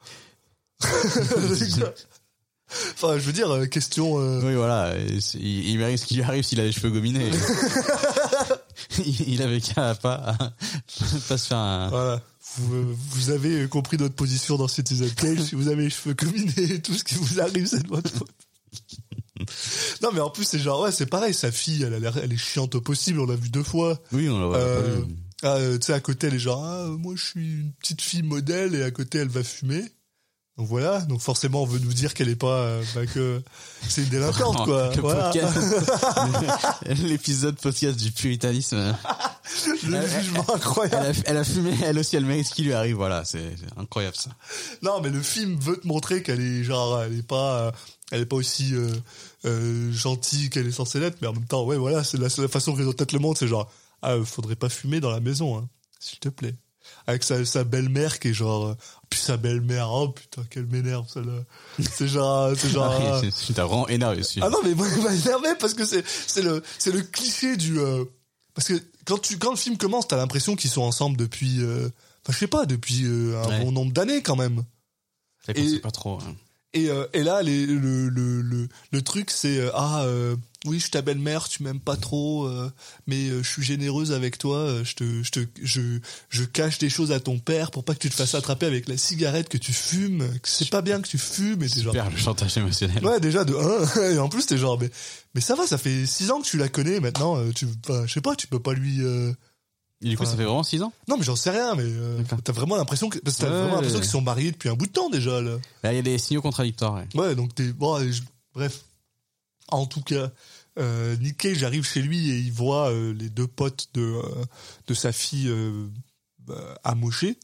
Enfin je veux dire question. Euh... Oui voilà, il, il mérite ce qui lui arrive s'il a les cheveux gominés. il, il avait qu'à pas, à, pas se faire un. Voilà. Vous, vous avez compris notre position dans Citizen Cage. Si vous avez les cheveux gominés, tout ce qui vous arrive, c'est de votre faute. Non, mais en plus, c'est genre, ouais, c'est pareil, sa fille, elle a l'air, elle est chiante au possible, on l'a vu deux fois. Oui, on l'a voit euh, pas vu. Ah, tu sais, à côté, elle est genre, ah, moi, je suis une petite fille modèle, et à côté, elle va fumer. Donc voilà, donc forcément, on veut nous dire qu'elle est pas, euh, bah, que c'est une délinquante, quoi. Le Voilà. podcast, l'épisode podcast du puritanisme. Le Elle- jugement Elle incroyable. a, elle a fumé, elle aussi, elle mérite ce qui lui arrive, voilà, c'est c'est incroyable ça. Non, mais le film veut te montrer qu'elle est genre, elle est pas, euh, elle est pas aussi euh, euh, gentille qu'elle est censée l'être, mais en même temps, ouais, voilà, c'est la, c'est la façon dont peut-être le monde, c'est genre, ah, euh, faudrait pas fumer dans la maison, hein, s'il te plaît. Avec sa, sa belle-mère qui est genre, euh, puis sa belle-mère, oh putain, qu'elle m'énerve, celle-là. C'est genre, c'est genre. Ah, ah, oui, c'est- t'as vraiment énervé aussi. Ah non, mais moi, il m'a énervé parce que c'est, c'est le, c'est le cliché du, euh, parce que quand tu, quand le film commence, t'as l'impression qu'ils sont ensemble depuis, euh, enfin, je sais pas, depuis euh, un Ouais. bon nombre d'années quand même. C'est et- c'est pas trop. Hein. Et, euh, et là, les, le, le, le, le truc, c'est euh, ah euh, oui, je suis ta belle-mère, tu m'aimes pas trop, euh, mais euh, je suis généreuse avec toi. euh, Je te, je te, je, je cache des choses à ton père pour pas que tu te fasses attraper avec la cigarette que tu fumes. Que c'est pas bien que tu fumes. Et t'es genre, Super, le chantage émotionnel. ouais, déjà de un. Et en plus, t'es genre, mais, mais ça va, ça fait six ans que tu la connais maintenant. euh, Tu, enfin, je sais pas, tu peux pas lui. Euh... Et du coup, Ouais. ça fait vraiment six ans. Non, mais j'en sais rien. Mais euh, D'accord. t'as vraiment l'impression que, parce que t'as Ouais, vraiment l'impression ouais. qu'ils sont mariés depuis un bout de temps déjà là. Là, il y a des signaux contradictoires. Ouais. Ouais, donc t'es bon. et je- Bref, en tout cas, euh, Nick Cage arrive chez lui et il voit euh, les deux potes de euh, de sa fille euh, bah, amochés.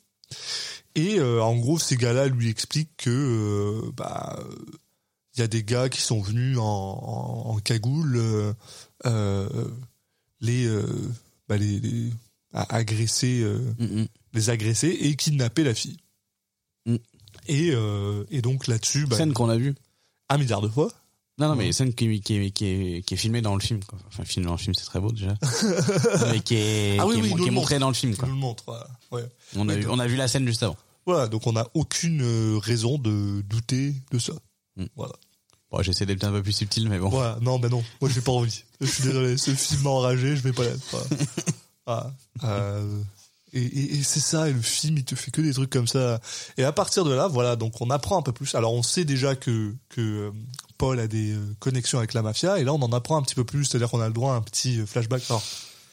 Et euh, en gros, ces gars-là lui expliquent que euh, bah il y a des gars qui sont venus en, en, en cagoule euh, euh, les, euh, bah, les les à agresser euh, Mm, mm. les agresser et kidnapper la fille. Mm. Et euh, et donc là-dessus, bah, Scène qu'on a vue. un milliard de fois. Non, non, Ouais. mais scène qui, qui, est- qui, est, qui est filmée dans le film, quoi. Enfin, filmée dans le film, c'est très beau, déjà. mais qui est, Ah oui, qui est, oui, qui nous est le montrée montre. dans le film, Tu quoi. nous le montres. Voilà. Ouais. On a, Oui, vu, donc- on a vu la scène juste avant. Voilà, donc on n'a aucune euh, raison de douter de ça. Mm. Voilà. Bon, j'essaie d'être un peu plus subtil, mais bon. Voilà. Non, ben non. Moi, j'ai pas envie. Je suis désolé. Ce film m'a enragé. Je vais pas l'être. Voilà. Ah, euh, et, et, et c'est ça. Et le film, il te fait que des trucs comme ça. Et à partir de là, voilà. Donc, on apprend un peu plus. Alors, on sait déjà que que euh, Paul a des euh, connexions avec la mafia. Et là, on en apprend un petit peu plus. C'est-à-dire qu'on a le droit à un petit euh, flashback. Alors,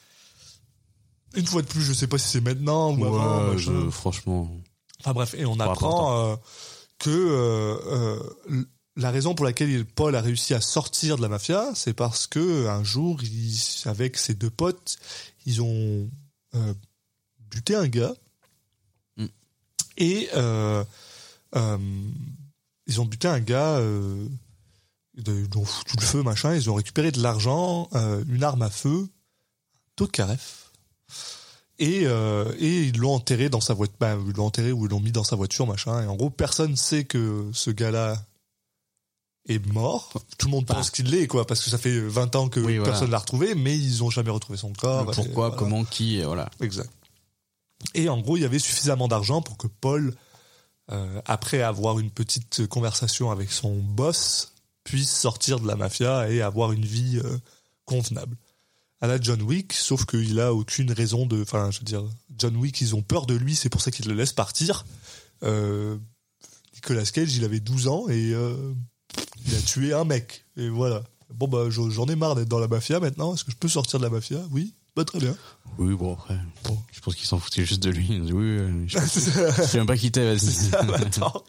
une fois de plus, je sais pas si c'est maintenant ou avant. Ouais, machin. je- franchement. Enfin bref, et on Pas apprend euh, que euh, euh, l- la raison pour laquelle il- Paul a réussi à sortir de la mafia, c'est parce que un jour, il, avec ses deux potes, ils ont euh, buté un gars Mm. et euh, euh, ils ont buté un gars. Euh, de- ils ont foutu le feu, machin. Ils ont récupéré de l'argent, euh, une arme à feu, un taux de caref. Et, euh, et ils l'ont enterré dans sa voiture, bah, ils l'ont enterré ou ils l'ont mis dans sa voiture, machin. Et en gros, personne sait que ce gars-là est mort. Tout le monde Bah. pense qu'il l'est, quoi, parce que ça fait vingt ans que Oui, voilà. personne l'a retrouvé, mais ils ont jamais retrouvé son corps. Le Et pourquoi, voilà. comment, qui, et voilà. Exact. Et en gros, il y avait suffisamment d'argent pour que Paul, euh, après avoir une petite conversation avec son boss, puisse sortir de la mafia et avoir une vie euh, convenable. À la John Wick, sauf qu'il a aucune raison de... Enfin, je veux dire, John Wick, ils ont peur de lui, c'est pour ça qu'ils le laissent partir. Euh, Nicolas Cage, il avait douze ans et euh, il a tué un mec. Et voilà. Bon, bah, j'en j'en ai marre d'être dans la mafia maintenant. Est-ce que je peux sortir de la mafia? Oui. Bah, très bien. Oui, bon, après. Bon. Je pense qu'ils s'en foutaient juste de lui. Ils ont dit, oui, euh, je, je sais même pas qui t'es, vas-y. Ah, bah, attends.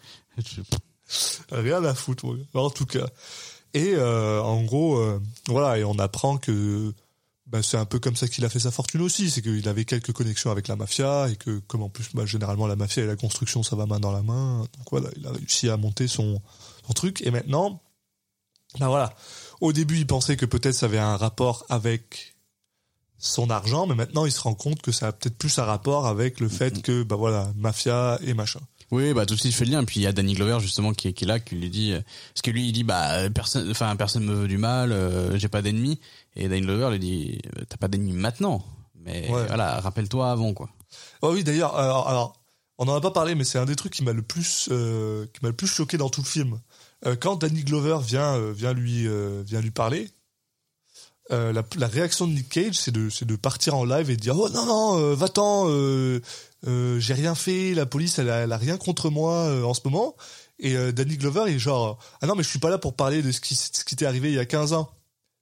Rien à foutre, moi. En tout cas. Et euh, en gros, euh, voilà, et on apprend que bah, c'est un peu comme ça qu'il a fait sa fortune aussi, c'est qu'il avait quelques connexions avec la mafia et que comme en plus, bah, généralement la mafia et la construction, ça va main dans la main. Donc voilà, il a réussi à monter son, son truc. Et maintenant, bah voilà, au début, il pensait que peut-être ça avait un rapport avec son argent, mais maintenant, il se rend compte que ça a peut-être plus un rapport avec le fait que, bah voilà, mafia et machin. Oui, bah tout de suite, je fais le lien. Puis il y a Danny Glover justement qui est, qui est là, qui lui dit, euh, parce que lui il dit bah personne, enfin personne me veut du mal, euh, j'ai pas d'ennemis. Et Danny Glover lui dit t'as pas d'ennemis maintenant, mais Ouais. voilà, rappelle-toi avant quoi. Oh oui, d'ailleurs, alors, alors, on en a pas parlé, mais c'est un des trucs qui m'a le plus, euh, qui m'a le plus choqué dans tout le film. Euh, quand Danny Glover vient, euh, vient lui, euh, vient lui parler, euh, la, la réaction de Nick Cage, c'est de, c'est de partir en live et de dire oh non non, euh, va-t'en, euh, euh, j'ai rien fait, la police elle a, elle a rien contre moi euh, en ce moment. Et euh, Danny Glover il est genre ah non mais je suis pas là pour parler de ce qui, ce qui t'est arrivé il y a quinze ans.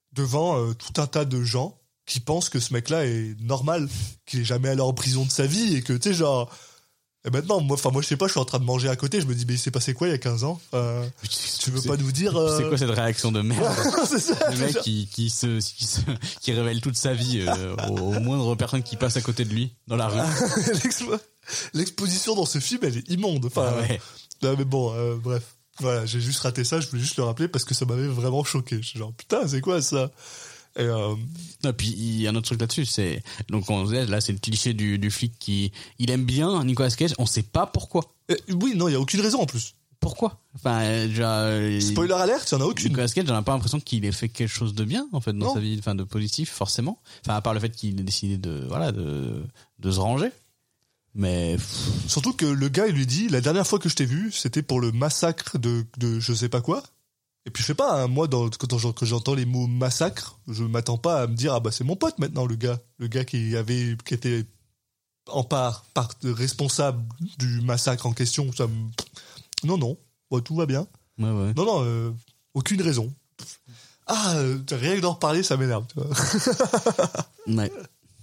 devant euh, tout un tas de gens qui pensent que ce mec-là est normal, qu'il est jamais allé en prison de sa vie et que, tu sais, genre... Et maintenant, moi, enfin, moi, je sais pas, je suis en train de manger à côté, je me dis, mais il s'est passé quoi il y a quinze ans euh, Tu veux pas nous dire... Euh... C'est quoi cette réaction de merde? C'est ça, le mec qui, qui, se, qui, se, qui révèle toute sa vie euh, aux, aux moindres personnes qui passent à côté de lui, dans la rue. L'expo... L'exposition dans ce film, elle est immonde. Enfin, ah ouais. euh, mais bon, euh, bref. Voilà, j'ai juste raté ça, je voulais juste le rappeler parce que ça m'avait vraiment choqué. Je suis genre, putain, c'est quoi ça? Et euh... Non, puis il y a un autre truc là-dessus, c'est donc on disait là c'est le cliché du, du flic qui il aime bien Nicolas Cage, on sait pas pourquoi. Euh, oui, non, il y a aucune raison en plus. Pourquoi? Enfin, euh, déjà, euh, spoiler alert, il y en a aucune. Nicolas Cage, j'en ai pas l'impression qu'il ait fait quelque chose de bien en fait dans non. sa vie, enfin de positif forcément. Enfin à part le fait qu'il ait décidé de voilà de de se ranger. Mais pff. Surtout que le gars il lui dit la dernière fois que je t'ai vu, c'était pour le massacre de de je sais pas quoi. Et puis je sais pas, hein, moi dans, quand, quand j'entends les mots massacre, je m'attends pas à me dire ah bah c'est mon pote maintenant le gars, le gars qui avait qui était en part, part responsable du massacre en question. Ça me... Non non, bon, tout va bien. Ouais ouais. Non non, euh, aucune raison. Ah euh, rien que d'en reparler ça m'énerve. Tu vois. Ouais.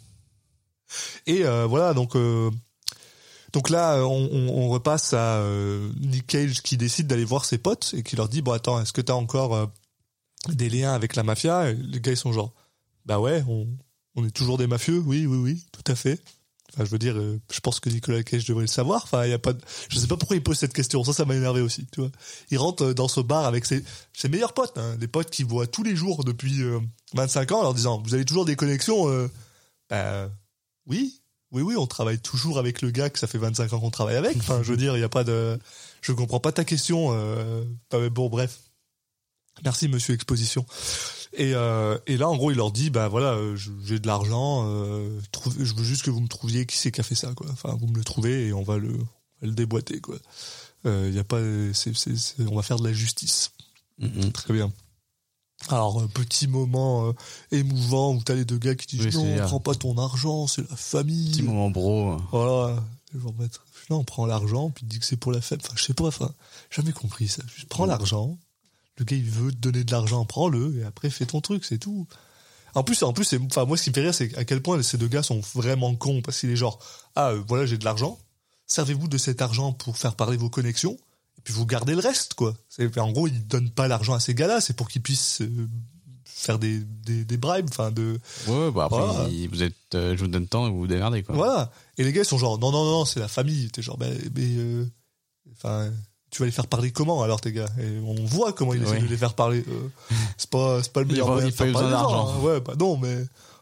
Et euh, voilà donc. Euh, Donc là, on, on, on repasse à euh, Nick Cage qui décide d'aller voir ses potes et qui leur dit « Bon, attends, est-ce que t'as encore euh, des liens avec la mafia ?» Et les gars, ils sont genre « Bah ouais, on, on est toujours des mafieux, oui, oui, oui, tout à fait. » Enfin, je veux dire, euh, je pense que Nicolas Cage devrait le savoir. Enfin, il y a pas de... Je sais pas pourquoi il pose cette question. Ça, ça m'a énervé aussi, tu vois. Il rentre dans ce bar avec ses, ses meilleurs potes, hein, des potes qu'il voit tous les jours depuis euh, vingt-cinq ans en leur disant « Vous avez toujours des connexions euh... ?» Bah oui. Oui, oui, on travaille toujours avec le gars que ça fait vingt-cinq ans qu'on travaille avec. Enfin, je veux dire, il y a pas de... Je comprends pas ta question. Euh... Bon, bref. Merci, monsieur Exposition. Et, euh, et là, en gros, il leur dit, bah voilà, j'ai de l'argent, euh, trouve... je veux juste que vous me trouviez qui c'est qui a fait ça, quoi. Enfin, vous me le trouvez et on va le, on va le déboîter, quoi. Euh, y a pas... C'est, c'est, c'est... On va faire de la justice. Mm-hmm. Très bien. Alors, euh, petit moment euh, émouvant où t'as les deux gars qui disent oui, non, on prend pas ton argent, c'est la famille. Petit moment bro. Voilà. Non, on prend l'argent, puis il dit que c'est pour la fête. Enfin, je sais pas, enfin, jamais compris ça. Juste prends ouais. l'argent. Le gars, il veut te donner de l'argent, prends-le, et après, fais ton truc, c'est tout. En plus, en plus, c'est, enfin, moi, ce qui me fait rire, c'est à quel point ces deux gars sont vraiment cons, parce qu'il est genre, ah, euh, voilà, j'ai de l'argent. Servez-vous de cet argent pour faire parler vos connexions. Puis vous gardez le reste, quoi. C'est, en gros, ils donnent pas l'argent à ces gars-là, c'est pour qu'ils puissent euh, faire des, des, des bribes, enfin de... Ouais, bah après, voilà. il, vous êtes, euh, je vous donne temps et vous vous démerdez, quoi. Voilà. Et les gars, ils sont genre, non, non, non, c'est la famille. T'es genre, ben, mais, euh, enfin, tu vas les faire parler comment, alors, tes gars? Et on voit comment ils essaient ouais. de les faire parler. Euh, c'est pas, c'est pas le meilleur moyen de faire parler les gens. Hein. Ouais, bah non, mais...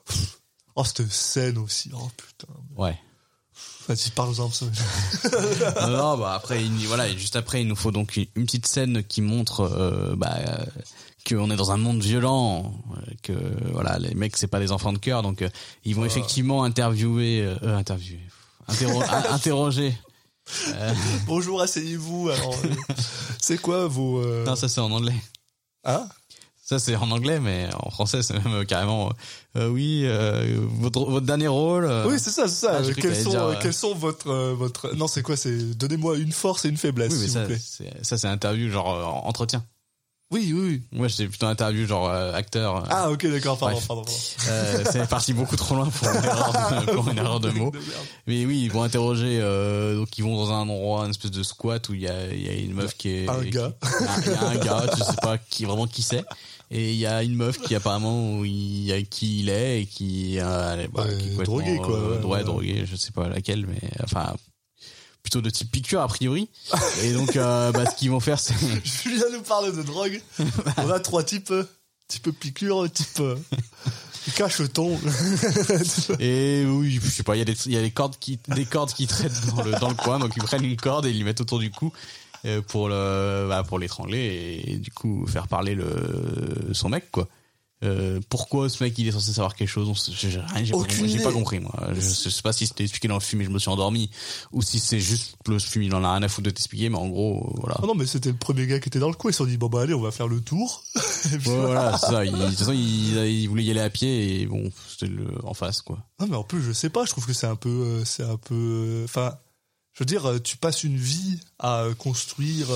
Oh, cette scène aussi, oh putain. Ouais. Vas-y, parle-en. non, non, bah après, il, voilà, et juste après, il nous faut donc une petite scène qui montre, euh, bah, euh, qu'on est dans un monde violent, euh, que voilà, les mecs c'est pas des enfants de cœur, donc euh, ils vont oh. effectivement interviewer, euh, interviewer, interro- interroger. Euh... Bonjour, asseyez-vous. Alors, euh, c'est quoi vos euh... Non, ça c'est en anglais. Ah. Ça c'est en anglais, mais en français c'est même carrément euh, oui euh, votre votre dernier rôle. Euh... Oui c'est ça c'est ça. Ah, quels sont dire, euh... quels sont votre euh, votre non c'est quoi c'est donnez-moi une force et une faiblesse oui, mais s'il ça, vous plaît. C'est, ça c'est interview genre euh, entretien. Oui oui oui. Moi j'étais plutôt interview genre euh, acteur. Euh... Ah ok d'accord pardon Bref. pardon. pardon. Euh, c'est parti beaucoup trop loin pour une erreur de, pour une erreur de mots. Mais oui ils vont interroger euh, donc ils vont dans un endroit une espèce de squat où il y a il y a une meuf qui est un gars. Il y a un gars je sais pas qui vraiment qui c'est. Et il y a une meuf qui apparemment où il y a qui il est et qui euh, bah, ouais, qui est drogué quoi euh, ouais, ouais, ouais drogué je sais pas laquelle mais enfin plutôt de type piqûre a priori. Et donc euh, bah ce qu'ils vont faire c'est Julien nous parle de drogue. On a trois types type piqûre type cacheton. Et oui je sais pas il y a des il y a des cordes qui des cordes qui traitent dans le dans le coin donc ils prennent une corde et ils les mettent autour du cou pour le bah pour l'étrangler et, et du coup faire parler le son mec quoi. Euh, pourquoi ce mec il est censé savoir quelque chose? On se, j'ai, rien, j'ai, Aucune pas, j'ai pas compris moi. Je, je sais pas si c'était expliqué dans le film et je me suis endormi ou si c'est juste le film il en a rien à foutre de t'expliquer mais en gros voilà. Ah non mais c'était le premier gars qui était dans le coup ils se sont dit bon bah allez on va faire le tour. Et puis, ouais, voilà c'est ça. Il, de toute façon il, il voulait y aller à pied et bon c'était le en face quoi. Non mais en plus je sais pas je trouve que c'est un peu euh, c'est un peu enfin. Euh, Je veux dire, tu passes une vie à construire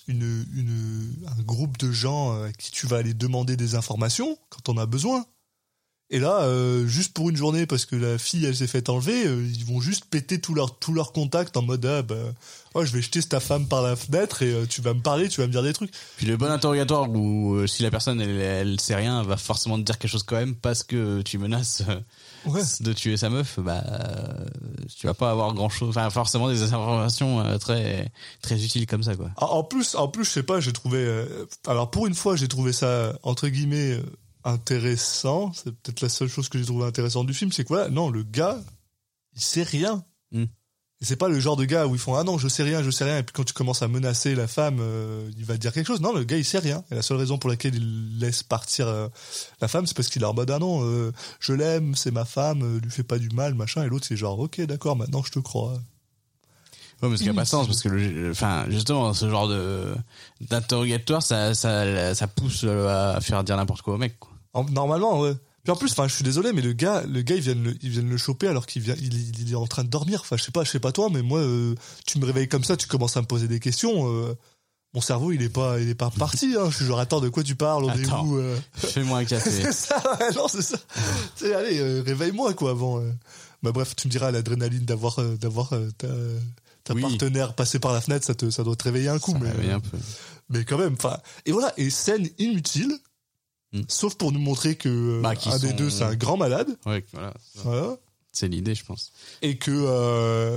une, une, un groupe de gens à qui tu vas aller demander des informations quand on a besoin. Et là, euh, juste pour une journée, parce que la fille, elle s'est fait enlever, euh, ils vont juste péter tous leurs tous leurs contacts en mode ah bah oh, je vais jeter ta femme par la fenêtre et euh, tu vas me parler, tu vas me dire des trucs. Puis le bon interrogatoire où euh, si la personne elle, elle sait rien, elle va forcément te dire quelque chose quand même parce que tu menaces euh, Ouais. de tuer sa meuf, bah euh, tu vas pas avoir grand chose, enfin forcément des informations euh, très très utiles comme ça quoi. En, en plus, en plus, je sais pas, j'ai trouvé. Euh, alors pour une fois, j'ai trouvé ça entre guillemets. Euh, intéressant, c'est peut-être la seule chose que j'ai trouvé intéressante du film, c'est que voilà, non, le gars, il sait rien. Mm. Et c'est pas le genre de gars où ils font ah non, je sais rien, je sais rien, et puis quand tu commences à menacer la femme, euh, il va te dire quelque chose. Non, le gars, il sait rien. Et la seule raison pour laquelle il laisse partir euh, la femme, c'est parce qu'il est en mode ah non, euh, je l'aime, c'est ma femme, euh, lui fais pas du mal, machin. Et l'autre, c'est genre ok, d'accord, maintenant je te crois. Ouais, mais ce qui a pas de sens parce que le, enfin justement ce genre de d'interrogatoire ça ça ça pousse à faire dire n'importe quoi au mec quoi. En, normalement, ouais. Puis en plus, enfin, je suis désolé, mais le gars, le gars, ils viennent le, ils viennent le choper alors qu'il vient, il, il est en train de dormir. Enfin, je sais pas, je sais pas toi, mais moi, euh, tu me réveilles comme ça, tu commences à me poser des questions. Euh, mon cerveau, il est pas, il est pas parti. Hein. Je suis genre, attends, de quoi tu parles? On est où euh... Fais-moi un café. C'est ça, ouais, non, c'est ça. C'est, allez, euh, réveille-moi quoi avant. Euh. Bah bref, tu me diras l'adrénaline d'avoir, euh, d'avoir euh, ta, ta oui. partenaire passer par la fenêtre, ça te, ça doit te réveiller un coup. Ça mais, réveille un peu. mais quand même, enfin, et voilà, et scène inutile. Mm. Sauf pour nous montrer que bah, un sont... des deux c'est un grand malade. Ouais, voilà. Voilà. C'est l'idée, je pense. Et que euh,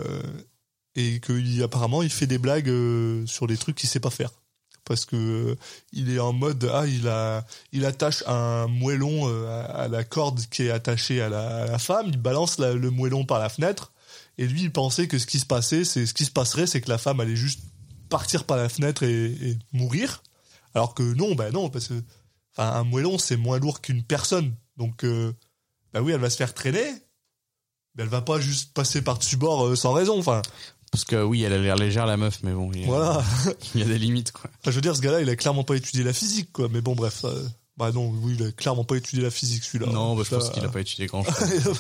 et que il, apparemment il fait des blagues euh, sur les trucs qu'il sait pas faire. Parce que euh, il est en mode ah il a il attache un moellon euh, à, à la corde qui est attachée à la, à la femme, il balance la, le moellon par la fenêtre et lui il pensait que ce qui se passait c'est ce qui se passerait c'est que la femme allait juste partir par la fenêtre et, et mourir. Alors que non bah non parce que enfin, un moellon, c'est moins lourd qu'une personne. Donc, euh, bah oui, elle va se faire traîner. Mais elle va pas juste passer par-dessus bord euh, sans raison. Enfin, parce que oui, elle a l'air légère, la meuf, mais bon, il y a, voilà. il y a des limites, quoi. Enfin, je veux dire, ce gars-là, il a clairement pas étudié la physique, quoi. Mais bon, bref. Euh, bah non, oui, il a clairement pas étudié la physique, celui-là. Non, bah, je ça, pense qu'il a pas étudié grand-chose.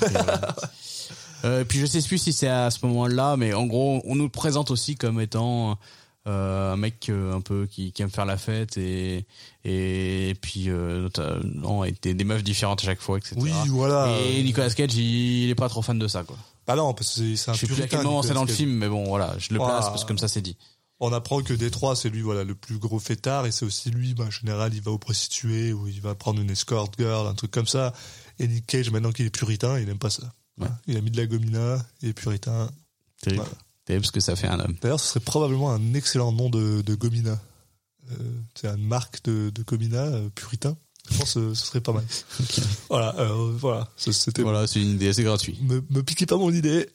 euh, puis je sais plus si c'est à ce moment-là, mais en gros, on nous le présente aussi comme étant... Euh, un mec euh, un peu qui, qui aime faire la fête et et, et puis euh, non et des, des meufs différentes à chaque fois etc. Oui voilà. Et Nicolas Cage il, il est pas trop fan de ça quoi. Bah non parce que c'est, c'est un je sais puritain. plus à quel moment c'est dans le Cage. film mais bon voilà je le Voilà. place parce que comme ça c'est dit. On apprend que des trois c'est lui voilà le plus gros fêtard et c'est aussi lui bah, en général il va aux prostituées ou il va prendre une escort girl un truc comme ça et Nick Cage maintenant qu'il est puritain il aime pas ça. Ouais. Il a mis de la gomina et puritain. Terrible. Voilà. Terrible ce que ça fait un homme. D'ailleurs, ce serait probablement un excellent nom de, de Gomina. Euh, c'est une marque de, de Gomina, euh, puritain. Je pense que ce serait pas mal. Okay. Voilà, euh, voilà. Ça, c'était voilà, c'est une idée assez gratuite. Me, me piquez pas mon idée.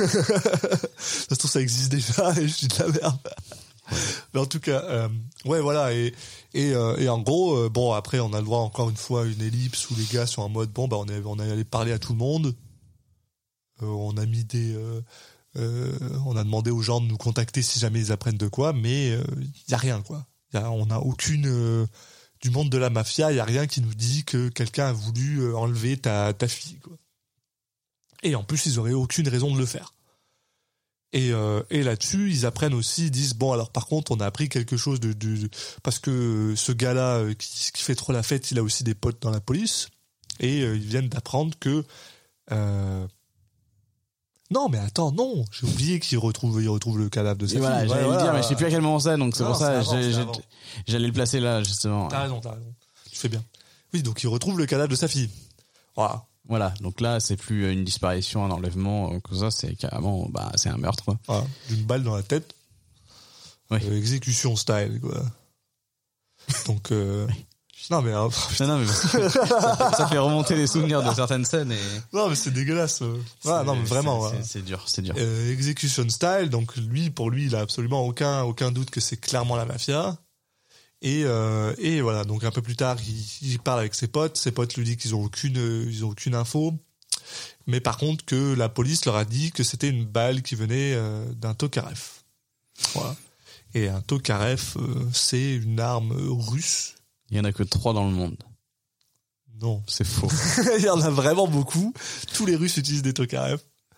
Ça se trouve, ça existe déjà et je suis de la merde. Ouais. Mais en tout cas, euh, ouais, voilà. Et, et, euh, et en gros, euh, bon, après, on a le droit encore une fois à une ellipse où les gars sont en mode, bon, bah, on est, on est allé parler à tout le monde. Euh, on a mis des... Euh, Euh, on a demandé aux gens de nous contacter si jamais ils apprennent de quoi, mais il euh, y a rien quoi. Y a, on n'a aucune euh, du monde de la mafia, il y a rien qui nous dit que quelqu'un a voulu euh, enlever ta ta fille quoi. Et en plus ils auraient aucune raison de le faire. Et euh, et là-dessus ils apprennent aussi, ils disent bon alors par contre on a appris quelque chose de, de, de parce que ce gars-là euh, qui, qui fait trop la fête, il a aussi des potes dans la police et euh, ils viennent d'apprendre que euh, non, mais attends, non, j'ai oublié qu'il retrouve, il retrouve le cadavre de sa et fille. voilà, j'allais ouais, le voilà. dire, mais je sais plus à quel moment c'est, donc c'est non, pour ça, c'est avant, j'ai, c'est j'ai, avant. j'allais le placer là, justement. T'as raison, t'as raison. Tu fais bien. Oui, donc il retrouve le cadavre de sa fille. Voilà. Voilà, donc là, c'est plus une disparition, un enlèvement, comme ça, c'est carrément, bah, c'est un meurtre, quoi. Voilà. D'une balle dans la tête. Ouais. Euh, exécution style, quoi. Donc, euh... non, mais, hein, non, non, mais ça, ça fait remonter les souvenirs de certaines scènes et. non, mais c'est dégueulasse. Ah, non, mais vraiment. C'est, ouais. c'est, c'est dur, c'est dur. Euh, execution style, donc lui, pour lui, il a absolument aucun, aucun doute que c'est clairement la mafia. Et, euh, et voilà, donc un peu plus tard, il, il parle avec ses potes. Ses potes lui disent qu'ils ont aucune, ils ont aucune info. Mais par contre, que la police leur a dit que c'était une balle qui venait euh, d'un Tokarev. Voilà. Et un Tokarev, euh, c'est une arme russe. Il y en a que trois dans le monde. Non. C'est faux. Il y en a vraiment beaucoup. Tous les Russes utilisent des Tokarev.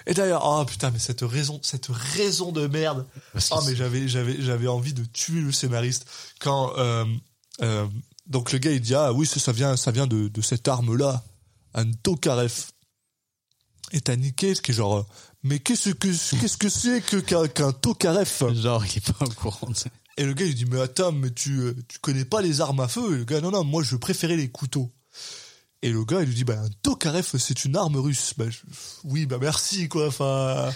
Et d'ailleurs, oh putain, mais cette raison, cette raison de merde. Oh, mais j'avais, j'avais, j'avais envie de tuer le scénariste quand, euh, euh, donc le gars il dit ah oui ça, ça vient, ça vient de, de cette arme là, un Tokarev. Et t'as Nick Cage qui est genre, mais qu'est-ce que, qu'est-ce que c'est que qu'un, qu'un Tokarev? Genre il est pas au courant. Et le gars il dit mais attends, mais tu, tu connais pas les armes à feu? Et le gars non non, moi je préférais les couteaux. Et le gars, il lui dit, bah, un Tokarev, c'est une arme russe. Bah, je... oui, bah, merci, quoi, enfin...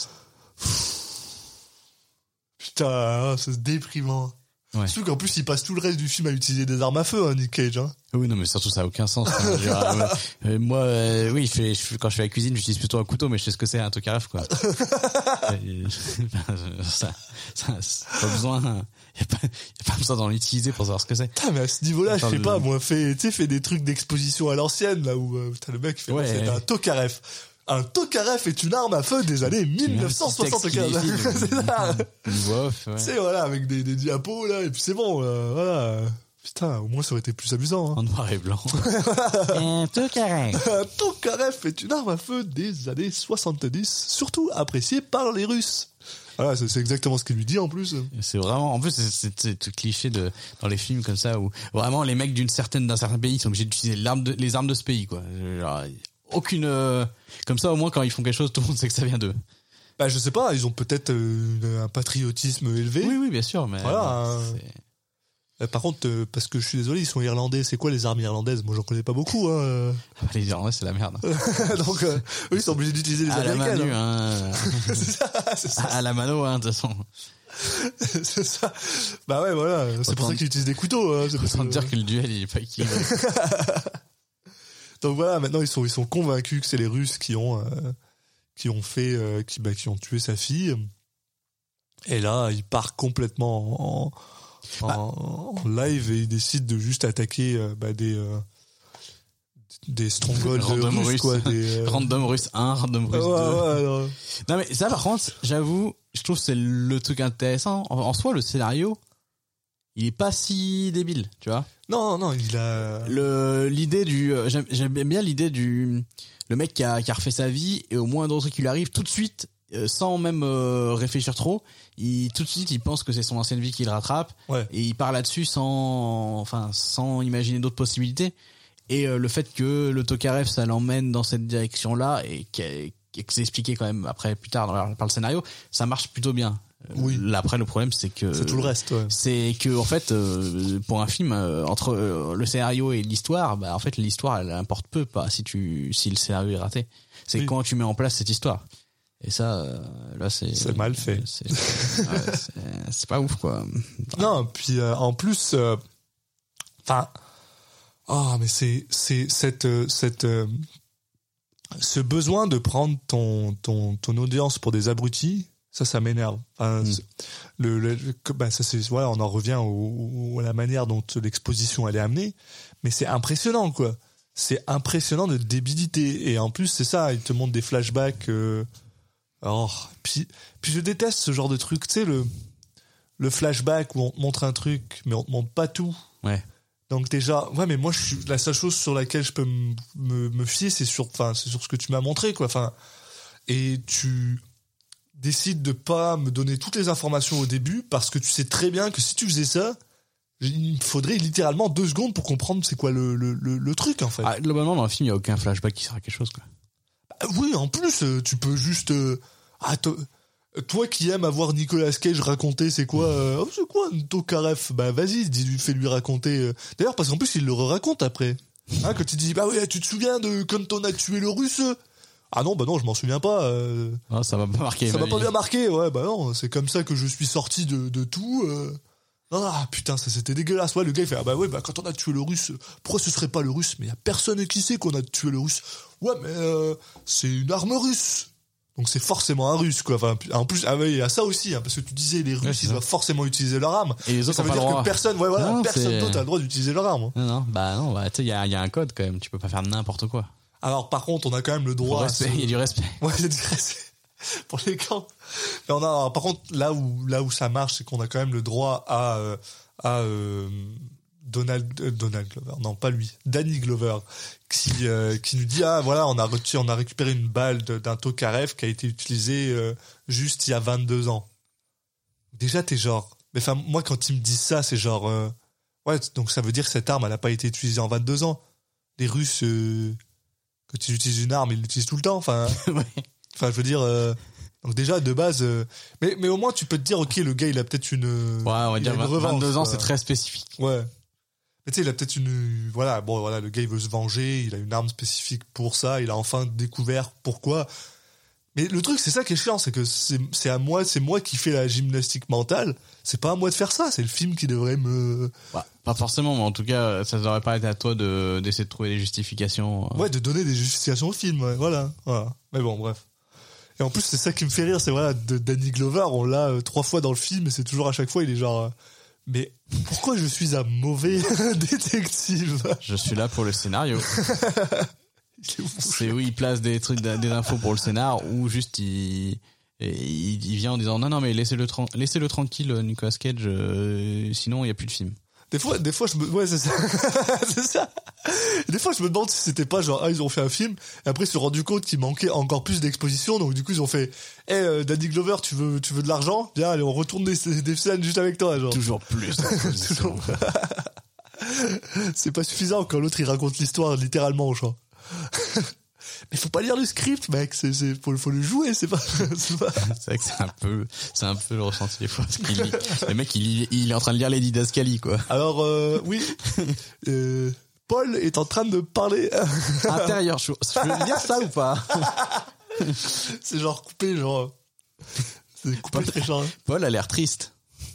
Putain, c'est déprimant. Ouais. Surtout qu'en plus, il passe tout le reste du film à utiliser des armes à feu, hein, Nick Cage, hein. Oui, non, mais surtout, ça a aucun sens. Hein. Genre, euh, moi, euh, oui, je fais, je, quand je fais la cuisine, j'utilise plutôt un couteau, mais je sais ce que c'est, un Tokarev, quoi. ça, ça, ça, pas besoin, y a pas, y a pas besoin d'en utiliser pour savoir ce que c'est. Putain, mais à ce niveau-là, je sais de... pas, moi, fait, tu sais, fait des trucs d'exposition à l'ancienne, là, où, euh, putain, le mec fait, ouais, c'est un Tokarev. Un Tokarev est une arme à feu des années mille neuf cent soixante-quinze. C'est ça. Ouf, ouais. C'est, voilà, avec des, des diapos, là, et puis c'est bon, euh, voilà. Putain, au moins ça aurait été plus amusant. Hein. En noir et blanc. Un Tokarev. Un Tokarev est une arme à feu des années soixante-dix, surtout appréciée par les Russes. Voilà, c'est, c'est exactement ce qu'il lui dit en plus. C'est vraiment, en plus, c'est, c'est, c'est tout cliché de, dans les films comme ça où vraiment les mecs d'une certaine, d'un certain pays sont obligés d'utiliser l'arme de, les armes de ce pays, quoi. Genre, aucune, euh, comme ça au moins quand ils font quelque chose, tout le monde sait que ça vient d'eux. Bah, je sais pas, ils ont peut-être euh, un patriotisme élevé. Oui, oui, bien sûr, mais. Voilà. Euh, euh, par contre, euh, parce que je suis désolé, ils sont irlandais. C'est quoi les armes irlandaises? Moi, j'en connais pas beaucoup. Hein. Ah bah, les Irlandais, c'est la merde. Donc, euh, eux, ils sont obligés d'utiliser les à américaines. La manu, hein. c'est ça, c'est ça. À la mano, hein, de toute façon. C'est ça. Bah ouais, voilà. C'est autant pour ça qu'ils utilisent des couteaux. Hein. C'est autant que... dire que le duel, il est pas équilibré. Donc voilà, maintenant ils sont ils sont convaincus que c'est les Russes qui ont euh, qui ont fait euh, qui bah qui ont tué sa fille. Et là, il part complètement en en, bah. en live et il décide de juste attaquer euh, bah, des euh, des strongholds russes, russe. quoi, des euh... random russe un, random russe ouais, deux. Ouais, ouais. Non mais ça par contre, j'avoue, je trouve que c'est le truc intéressant en, en soi le scénario. Il est pas si débile, tu vois. Non, non, il a le l'idée du euh, j'aime, j'aime bien l'idée du le mec qui a qui a refait sa vie et au moindre truc qui lui arrive tout de suite euh, sans même euh, réfléchir trop, il tout de suite il pense que c'est son ancienne vie qui le rattrape ouais. et il part là-dessus sans enfin sans imaginer d'autres possibilités et euh, le fait que le Tokarev ça l'emmène dans cette direction-là et que c'est expliqué quand même après plus tard dans, par le scénario, ça marche plutôt bien. Oui. Là, après, le problème, c'est que c'est tout le reste. Ouais. C'est que en fait, euh, pour un film, euh, entre euh, le scénario et l'histoire, bah en fait, l'histoire, elle importe peu, pas si tu si le scénario est raté. C'est oui. Quand tu mets en place cette histoire. Et ça, euh, là, c'est c'est mal fait. C'est, c'est, ouais, c'est, c'est pas ouf, quoi. Non, puis euh, en plus, enfin, euh, oh, mais c'est c'est cette cette euh, ce besoin de prendre ton ton ton audience pour des abrutis. Ça, ça m'énerve. Enfin, mmh. le, le, bah, ça c'est, voilà, on en revient au, au, à la manière dont l'exposition elle est amenée, mais c'est impressionnant, quoi. C'est impressionnant de débilité. Et en plus, c'est ça, il te montre des flashbacks. Euh, oh, puis, puis je déteste ce genre de truc, tu sais, le, le flashback où on te montre un truc, mais on te montre pas tout. Ouais. Donc déjà, ouais, mais moi, je suis, la seule chose sur laquelle je peux me, me, me fier, c'est sur, enfin, c'est sur ce que tu m'as montré, quoi. Enfin, et tu décide de pas me donner toutes les informations au début parce que tu sais très bien que si tu faisais ça, il me faudrait littéralement deux secondes pour comprendre c'est quoi le, le, le, le truc en fait. Ah, globalement dans le film il y a aucun flashback qui sert à quelque chose, quoi. Bah, oui, en plus tu peux juste euh, ah, toi qui aimes avoir Nicolas Cage raconter c'est quoi euh, oh, c'est quoi un Tokarev, bah vas-y dis-lui, fais-lui raconter euh... d'ailleurs parce qu'en plus il le raconte après hein, quand il dit bah oui tu te souviens de quand on a tué le russe. Ah non, bah non, je m'en souviens pas. Euh... Ah, ça m'a pas marqué. Ça m'a pas bien marqué, ouais, bah non, c'est comme ça que je suis sorti de, de tout. Euh... Ah putain, ça c'était dégueulasse. Ouais, le gars il fait ah bah ouais, bah quand on a tué le russe, pourquoi ce serait pas le russe? Mais y a personne qui sait qu'on a tué le russe. Ouais, mais euh, c'est une arme russe. Donc c'est forcément un russe, quoi. Enfin, en plus, ah ouais, il y a ça aussi, hein, parce que tu disais les Russes, ouais, ils doivent forcément utiliser leur arme. Et les autres ça veut dire que personne, ouais, voilà, non, personne d'autre a le droit d'utiliser leur arme. Non, non, bah non, bah tu sais, il y a, y a un code quand même. Tu peux pas faire n'importe quoi. Alors par contre, on a quand même le droit. Respect, il y a du respect. Ouais, il y a du respect pour les camps. Mais on a, alors, par contre, là où là où ça marche, c'est qu'on a quand même le droit à euh, à euh, Donald euh, Donald Glover, non pas lui, Danny Glover, qui euh, qui nous dit ah voilà on a reçu, on a récupéré une balle de, d'un Tokarev qui a été utilisé euh, juste il y a vingt-deux ans. Déjà t'es genre, mais enfin moi quand ils me disent ça c'est genre euh, ouais donc ça veut dire que cette arme elle a pas été utilisée en vingt-deux ans. Les Russes euh, quand ils utilisent une arme ils l'utilisent tout le temps. Enfin Ouais. enfin je veux dire. Euh, donc déjà de base, euh, mais mais au moins tu peux te dire ok le gars il a peut-être une Ouais, on va il dire a une vingt- revanche, vingt-deux ans, quoi. c'est très spécifique. Ouais. Mais tu sais, il a peut-être une... Voilà, bon, voilà, le gars, il veut se venger, il a une arme spécifique pour ça, il a enfin découvert pourquoi. Mais le truc, c'est ça qui est chiant, c'est que c'est, c'est à moi, c'est moi qui fais la gymnastique mentale, c'est pas à moi de faire ça, c'est le film qui devrait me... Bah, pas forcément, mais en tout cas, ça devrait pas être à toi de, d'essayer de trouver des justifications. Ouais, de donner des justifications au film, ouais, voilà, voilà. Mais bon, bref. Et en plus, c'est ça qui me fait rire, c'est voilà, de Danny Glover, on l'a euh, trois fois dans le film, et c'est toujours à chaque fois, il est genre... Euh, mais pourquoi je suis un mauvais détective? Je suis là pour le scénario. C'est où il place des trucs, des infos pour le scénar, ou juste il, il, il vient en disant non non mais laissez-le, tra- laissez-le tranquille Nicolas Cage, euh, sinon il y a plus de film. Des fois, des fois, je me, ouais, c'est ça, c'est ça. Des fois, je me demande si c'était pas genre, ah, ils ont fait un film, et après, ils se sont rendus compte qu'il manquait encore plus d'exposition, donc du coup, ils ont fait, eh, hey, euh, Danny Glover, tu veux, tu veux de l'argent? Viens, allez, on retourne des, des scènes juste avec toi, genre. Toujours plus. Toujours. C'est pas suffisant quand l'autre, il raconte l'histoire littéralement, genre. Mais faut pas lire le script, mec, c'est, c'est, faut, faut le jouer, c'est pas, c'est pas... C'est vrai que c'est un peu, c'est un peu le ressenti des fois. Parce qu'il lit, le mec, il, lit, il est en train de lire les didascalies, quoi. Alors, euh, oui, euh, Paul est en train de parler. Intérieur chaud. Je veux dire ça ou pas? C'est genre coupé, genre. C'est coupé très genre. Paul a l'air triste.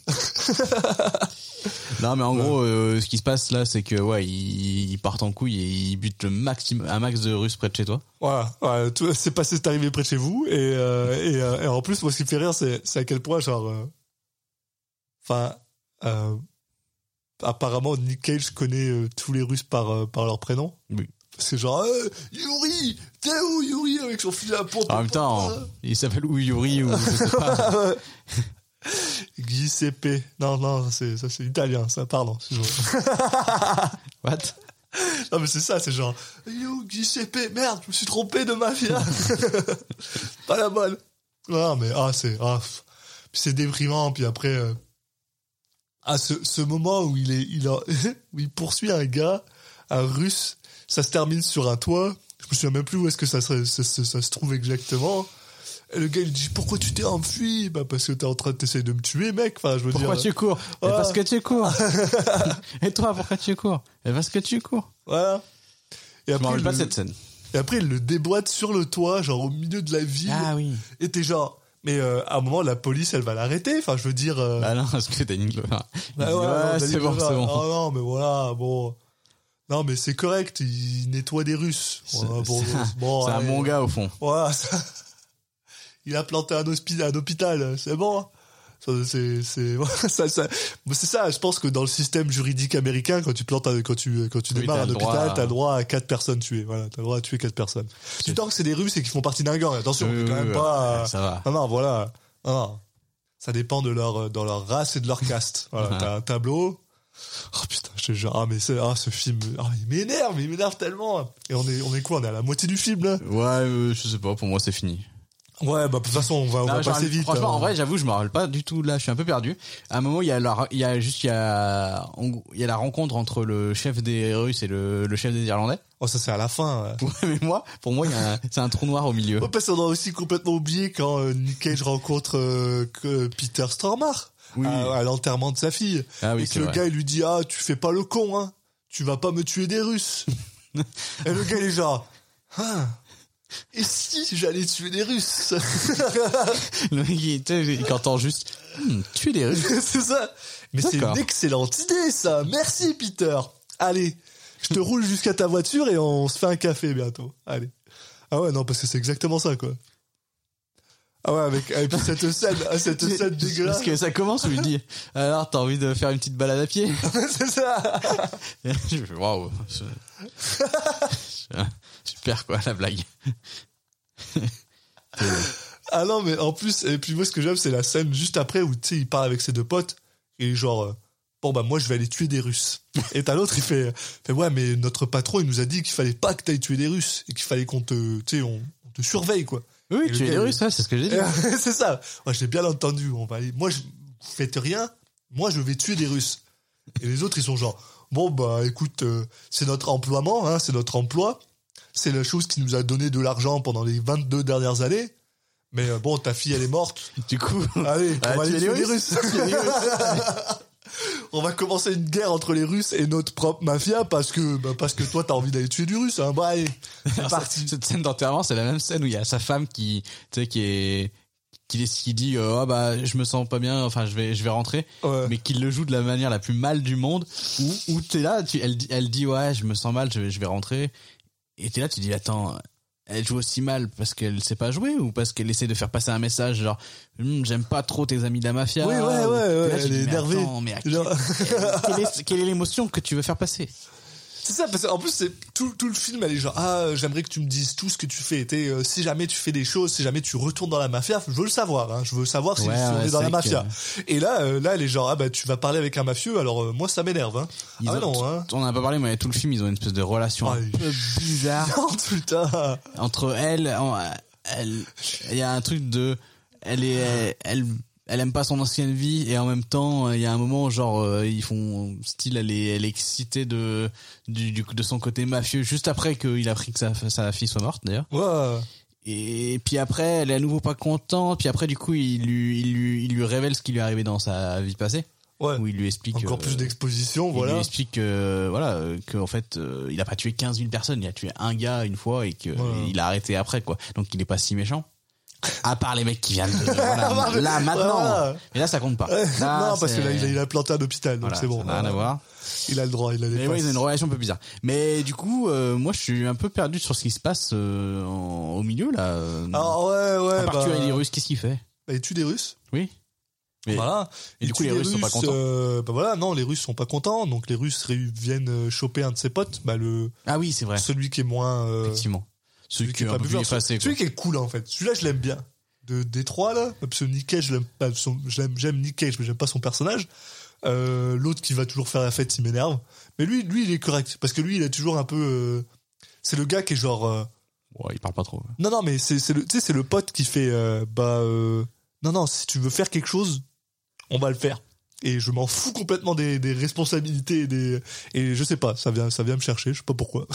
Non mais en gros euh, ce qui se passe là c'est que ouais ils, ils partent en couille et ils butent le maximum un max de Russes près de chez toi. Voilà, voilà tout, c'est passé, c'est arrivé près de chez vous et euh, et, euh, et en plus moi ce qui me fait rire c'est c'est à quel point genre enfin euh, euh, apparemment Nick Cage connaît euh, tous les Russes par euh, par leur prénom. Oui. C'est genre euh, Yuri, t'es où Yuri avec son fusil à pompe. En même temps il s'appelle ou Yuri ou je sais pas. Giuseppe. Non, non, c'est, ça c'est italien, ça, pardon. What? Non, mais c'est ça, c'est genre, yo, Giuseppe, merde, je me suis trompé de mafia. Pas la bonne. Non, mais, ah, c'est, ah, puis c'est déprimant, puis après, euh, ah, ce, ce moment où il est, il a, où il poursuit un gars, un russe, ça se termine sur un toit, je me souviens même plus où est-ce que ça se, ça, ça, ça se trouve exactement. Et le gars il dit pourquoi tu t'es enfui? Bah parce que t'es en train de t'essayer de me tuer mec. Enfin je veux pourquoi dire. Pourquoi tu cours? Voilà. Et parce que tu cours. Et toi pourquoi tu cours? Et parce que tu cours. Voilà. Et je après, me rappelle le... pas de cette scène. Et après il le déboîte sur le toit genre au milieu de la ville. Ah oui. Et t'es genre mais euh, à un moment la police elle va l'arrêter. Enfin je veux dire. Euh... Bah non parce que Danny Glover. Bah ouais, ouais, ouais non, c'est bon c'est bon. Oh non mais voilà bon. Non mais c'est correct il nettoie des Russes. C'est, ouais, bon, c'est, un, bon, c'est un bon gars au fond. Voilà. Ça... Il a planté un hôpital, un hôpital, c'est bon. Ça, c'est, c'est, ça, ça, c'est ça. Je pense que dans le système juridique américain, quand tu plantes, un, quand tu, quand tu oui, démarres un hôpital, à... t'as le droit à quatre personnes tuées. Voilà, t'as le droit à tuer quatre personnes. Si tu tant que c'est des Russes et qu'ils font partie d'un gang, attention, oui, quand oui, même oui, pas. Ouais, ça va. Non, non, voilà. Non, non. Ça dépend de leur, dans leur race et de leur caste. Voilà, uh-huh. T'as un tableau. Oh putain, je te jure, ah mais c'est, ah ce film, ah il m'énerve, il m'énerve tellement. Et on est, on est quoi, on est à la moitié du film là. Ouais, euh, je sais pas, pour moi c'est fini. Ouais, bah de toute façon, on va, on non, va passer vite. Franchement, hein. En vrai, j'avoue, je me rappelle pas du tout. Là, je suis un peu perdu. À un moment, il y a la, il y a juste, il y a, il y a la rencontre entre le chef des Russes et le, le chef des Irlandais. Oh, ça c'est à la fin. Ouais, mais moi, pour moi, il y a un, c'est un trou noir au milieu. Ouais, parce qu'on a aussi complètement oublié quand euh, Nick Cage rencontre euh, que Peter Stormare oui. à, à l'enterrement de sa fille. Ah oui, et que le vrai. gars il lui dit ah tu fais pas le con hein, tu vas pas me tuer des Russes. Et le gars il est genre ah. Et si j'allais tuer des Russes? Le mec, il, il entend juste hm, tuer des Russes. C'est ça. Mais D'accord. C'est une excellente idée, ça. Merci, Peter. Allez, je te roule jusqu'à ta voiture et on se fait un café bientôt. Allez. Ah ouais, non, parce que c'est exactement ça, quoi. Ah ouais, avec, avec cette scène, cette scène dégueulasse. Parce que ça commence où il dit, alors, t'as envie de faire une petite balade à pied? C'est ça. Je fais, waouh. Super quoi la blague. Ah non mais en plus et puis moi ce que j'aime c'est la scène juste après où tu sais il part avec ses deux potes et genre euh, bon bah moi je vais aller tuer des Russes. Et t'as l'autre, il fait, fait ouais mais notre patron il nous a dit qu'il fallait pas que t'ailles tuer des Russes et qu'il fallait qu'on te, tu sais, on, on te surveille quoi. Oui, et tuer des Russes, ouais, c'est ce que j'ai dit. C'est ça. Moi j'ai bien entendu. On va aller, moi je, vous faites rien, moi je vais tuer des Russes. Et les autres ils sont genre, bon bah écoute, euh, c'est notre emploiement, hein, c'est notre emploi, c'est la chose qui nous a donné de l'argent pendant les vingt-deux dernières années. Mais euh, bon, ta fille elle est morte. Du coup, allez, ah, on va aller tuer les les Russes. Russes. On va commencer une guerre entre les Russes et notre propre mafia parce que bah, parce que toi t'as envie d'aller tuer du Russe. Hein. Bah allez, c'est parti. Cette scène d'enterrement, c'est la même scène où il y a sa femme qui, tu sais, qui est qui, qui dit euh, oh bah je me sens pas bien, enfin je vais je vais rentrer, ouais. mais qui le joue de la manière la plus mal du monde. Où où t'es là, tu, elle elle dit ouais je me sens mal, je vais je vais rentrer. Et t'es là, tu dis attends. Elle joue aussi mal parce qu'elle sait pas jouer ou parce qu'elle essaie de faire passer un message genre hm, j'aime pas trop tes amis de la mafia. Oui ouais ouais, ouais là, elle est énervée. Mais à quelle, quelle, est, quelle est l'émotion que tu veux faire passer? C'est ça, parce qu'en plus, c'est tout, tout le film, elle est genre, ah, j'aimerais que tu me dises tout ce que tu fais. T'es, euh, si jamais tu fais des choses, si jamais tu retournes dans la mafia, je veux le savoir, hein. Je veux savoir si ouais, tu ouais, es dans la mafia. Que... Et là, euh, là, elle est genre, ah, bah, tu vas parler avec un mafieux, alors, euh, moi, ça m'énerve, hein. Ils ah, ont, non, hein. On en a pas parlé, mais tout le film, ils ont une espèce de relation ah, un peu bizarre. Non, putain. Entre elles, elle, il y a un truc de, elle est, elle, elle elle aime pas son ancienne vie et en même temps il y a un moment genre euh, ils font style elle est elle est excitée de du, du de son côté mafieux juste après qu'il a appris que sa sa fille soit morte d'ailleurs. Ouais. Et puis après elle est à nouveau pas contente, puis après du coup il lui il lui il lui révèle ce qui lui est arrivé dans sa vie passée. Ouais. Où il lui explique encore euh, plus d'exposition, il voilà. Il lui explique que voilà que en fait euh, il a pas tué quinze mille personnes, il a tué un gars une fois et que voilà. il a arrêté après quoi. Donc il est pas si méchant. À part les mecs qui viennent de, voilà, là maintenant, voilà. Mais là ça compte pas. Là, non parce que là il a, il a planté un hôpital donc voilà, c'est bon. Ça n'a rien à voir. Il a le droit, il a les Mais passes. ouais, ils ont une relation un peu bizarre. Mais du coup, euh, moi je suis un peu perdu sur ce qui se passe euh, en, au milieu là. Ah ouais ouais. À part bah, tuer les Russes, qu'est-ce qu'il fait? Bah il tue des Russes. Oui. Mais, voilà. Et du coup les Russes, Russes sont pas contents. Euh, bah voilà, non, les Russes sont pas contents, donc les Russes viennent choper un de ses potes, bah le. Ah oui, c'est vrai. Celui qui est moins. Euh, Effectivement. Celui, celui qui est un peu plus effacé. Celui qui est cool en fait. Celui-là je l'aime bien. De des trois là, parce que Nick Cage, je l'aime pas, son, j'aime, j'aime Nick Cage, mais j'aime pas son personnage. Euh, l'autre qui va toujours faire la fête, il m'énerve. Mais lui, lui, il est correct, parce que lui, il est toujours un peu. Euh, c'est le gars qui est genre. Euh, ouais, il parle pas trop. Ouais. Non, non, mais c'est, c'est le, tu sais, c'est le pote qui fait. Euh, bah, euh, non, non, si tu veux faire quelque chose, on va le faire. Et je m'en fous complètement des, des responsabilités et des. Et je sais pas, ça vient, ça vient me chercher, je sais pas pourquoi.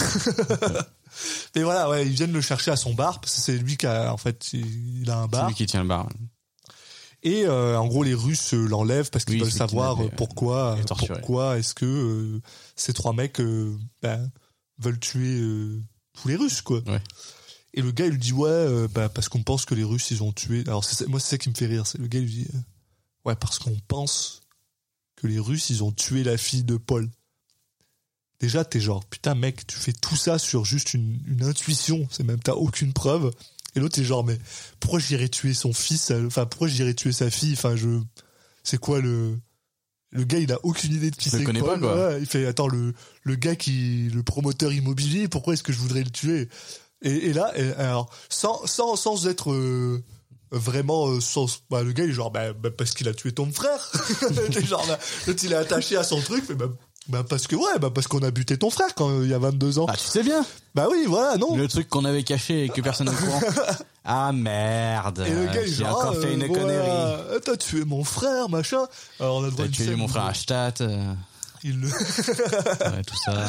Mais voilà, ouais, ils viennent le chercher à son bar parce que c'est lui qui a, en fait, il a un bar. C'est lui qui tient le bar. Et euh, en gros, les Russes l'enlèvent parce qu'ils oui, veulent savoir avait, pourquoi, pourquoi est-ce que euh, ces trois mecs euh, ben, veulent tuer euh, tous les Russes, quoi. Ouais. Et le gars, il lui dit ouais, euh, bah, parce qu'on pense que les Russes ils ont tué. Alors c'est, moi, c'est ça qui me fait rire. C'est le gars, il lui dit euh, ouais, parce qu'on pense que les Russes ils ont tué la fille de Paul. Déjà, t'es genre, putain, mec, tu fais tout ça sur juste une, une intuition. C'est même, t'as aucune preuve. Et l'autre, t'es genre, mais pourquoi j'irais tuer son fils? Enfin, pourquoi j'irais tuer sa fille? Enfin, je, c'est quoi le, le gars, il a aucune idée de qui c'est. Je le connais pas, quoi. Ouais, il fait, attends, le, le gars qui, le promoteur immobilier, pourquoi est-ce que je voudrais le tuer? Et, et là, et, alors, sans, sans, sans être, euh, vraiment, euh, sans, bah, le gars, il est genre, bah, bah parce qu'il a tué ton frère. T'es genre, bah, l'autre, il est attaché à son truc, mais bah, Bah parce que ouais, bah parce qu'on a buté ton frère quand euh, il y a vingt-deux ans. Ah tu sais bien. Bah oui, voilà, non. Le truc qu'on avait caché et que personne ne courant. Ah merde. Et le gars il j'ai genre, encore euh, fait une voilà, connerie. T'as tué mon frère, machin. Alors on a T'as tué mon frère à Stadt. Euh... Il le ouais, tout ça.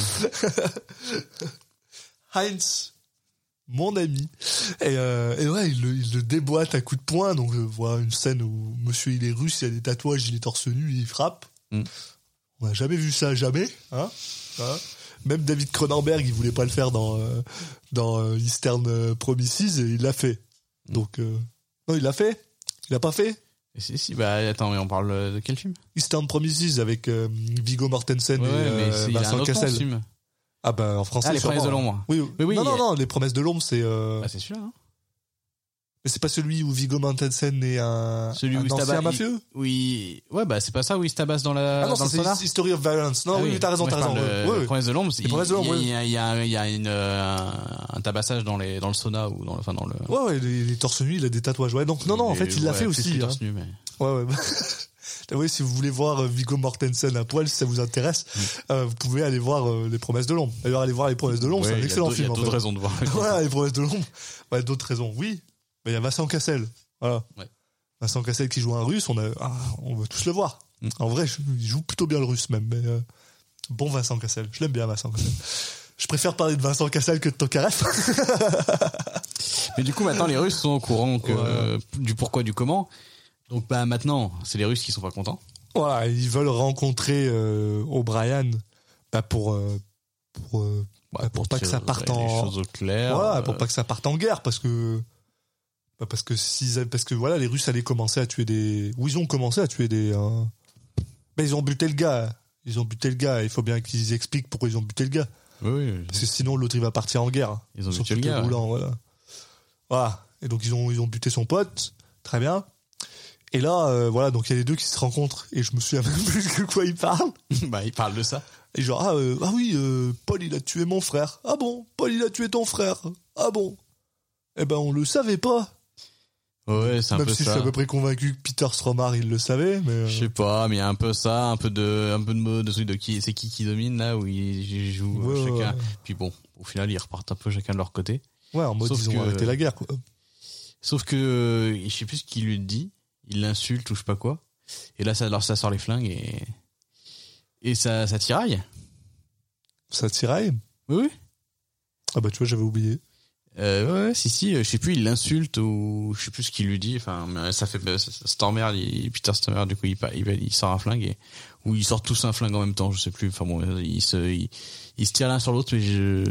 Heinz, mon ami. Et, euh, et ouais, il le, il le déboîte à coups de poing. Donc je vois une scène où monsieur il est russe, il a des tatouages, il est torse nu, il frappe. Mm. On n'a jamais vu ça, jamais, hein, hein. Même David Cronenberg, il voulait pas le faire dans euh, dans euh, Eastern Promises, et il l'a fait. Donc euh, non, il l'a fait. Il l'a pas fait. Et si si, bah attends, mais on parle de quel film? Eastern Promises avec euh, Viggo Mortensen ouais, et euh, mais Vincent Cassel. Film. Ah bah en français. Ah, les promesses de l'ombre. Oui, oui. oui non non a... non, les promesses de l'ombre, c'est. Euh... Ah c'est celui-là. Hein. Mais c'est pas celui où Viggo Mortensen est un, celui un où ancien tabac, mafieux? Il... Oui, ouais, bah c'est pas ça où il se tabasse dans la. Ah non, dans c'est le sonar. History of Violence. Non, ah, oui, oui, t'as raison, t'as raison. Le... Ouais, ouais. Promesse de l'ombre, il, de l'ombre, il y a, il y a, il y a une, euh, un tabassage dans les, dans le sauna ou dans le, enfin dans le. Ouais, ouais, les, les torse nus, il a des tatouages. Ouais, donc non, non, en fait, il l'a ouais, fait aussi. Hein. Nu, mais... Ouais, ouais. putain, oui, si vous voulez voir Viggo Mortensen à poil, si ça vous intéresse, mm. euh, vous pouvez aller voir euh, Les Promesses de l'Ombre. D'ailleurs, aller voir Les Promesses de l'Ombre, ouais, c'est un excellent film. Il y a d'autres raisons de voir. Voilà, Les Promesses de l'Ombre. Ouais, d'autres raisons, oui. Mais il y a Vincent Cassel. Voilà. Ouais. Vincent Cassel qui joue un russe, on a, ah, on veut tous le voir. Mm. En vrai, il joue plutôt bien le russe même, mais euh, bon Vincent Cassel. Je l'aime bien, Vincent Cassel. Je préfère parler de Vincent Cassel que de Tokarev. Mais du coup, maintenant, les Russes sont au courant que, ouais. euh, du pourquoi, du comment. Donc, bah, maintenant, c'est les Russes qui sont pas contents. Voilà, ils veulent rencontrer euh, O'Brien bah, pour, euh, pour, euh, bah, pour, pour pas que ça parte en... les choses au clair. Voilà, euh... pour pas que ça parte en guerre, parce que... Bah, parce que s'ils, parce que voilà, les Russes allaient commencer à tuer des... Ou ils ont commencé à tuer des... Hein... Bah, ils ont buté le gars. Ils ont buté le gars. Il faut bien qu'ils expliquent pourquoi ils ont buté le gars. Oui, oui. Parce que sinon, l'autre, il va partir en guerre. Ils ont buté le gars. Roulant, ouais. voilà. Voilà. Et donc, ils ont, ils ont buté son pote. Très bien. Et là, euh, voilà, donc il y a les deux qui se rencontrent. Et je me souviens même plus de quoi ils parlent. Bah, ils parlent de ça. Et genre, ah, euh, ah oui, euh, Paul, il a tué mon frère. Ah bon? Paul, il a tué ton frère. Ah bon? Eh ben, on le savait pas. Ouais, c'est un même peu si ça. je suis à peu près convaincu que Peter Stormare, il le savait, mais... Euh... Je sais pas, mais il y a un peu ça, un peu de, un peu de mode, de truc de qui, c'est qui qui domine, là, où ils jouent ouais, chacun. Ouais. Puis bon, au final, ils repartent un peu chacun de leur côté. Ouais, en mode, Sauf ils ont que, arrêté la guerre, quoi. Sauf que, je sais plus ce qu'il lui dit, il l'insulte ou je sais pas quoi. Et là, ça, alors, ça sort les flingues et, et ça, ça tiraille. Ça tiraille? Oui, oui. Ah bah, tu vois, j'avais oublié. Euh, ouais, si, si, je sais plus, il l'insulte ou je sais plus ce qu'il lui dit. Enfin, mais ça fait Stormare, il, Peter Stormare, du coup, il, il, il sort un flingue et ou ils sortent tous un flingue en même temps, je sais plus. Enfin bon, ils se, ils, ils se tirent l'un sur l'autre, mais je,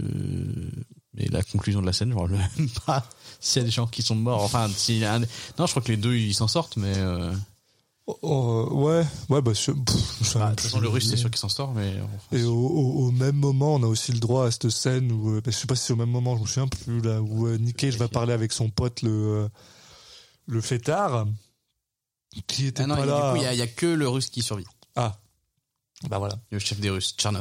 mais la conclusion de la scène, je ne sais même pas s'il y a des gens qui sont morts. Enfin, s'il y a un... non, je crois que les deux ils s'en sortent, mais. Euh... Oh, oh, ouais, ouais, bah, je, pff, bah, de toute façon, le russe, c'est sûr qu'il s'en sort, mais. Et au, au, au même moment, on a aussi le droit à cette scène où, bah, je sais pas si c'est au même moment, je me souviens plus, là, où euh, Nick Cage va parler avec son pote, le, euh, le fêtard, qui était ah non, pas là. Du coup, il y a, y a que le russe qui survit. Ah. Bah voilà. Le chef des Russes, Tchernov.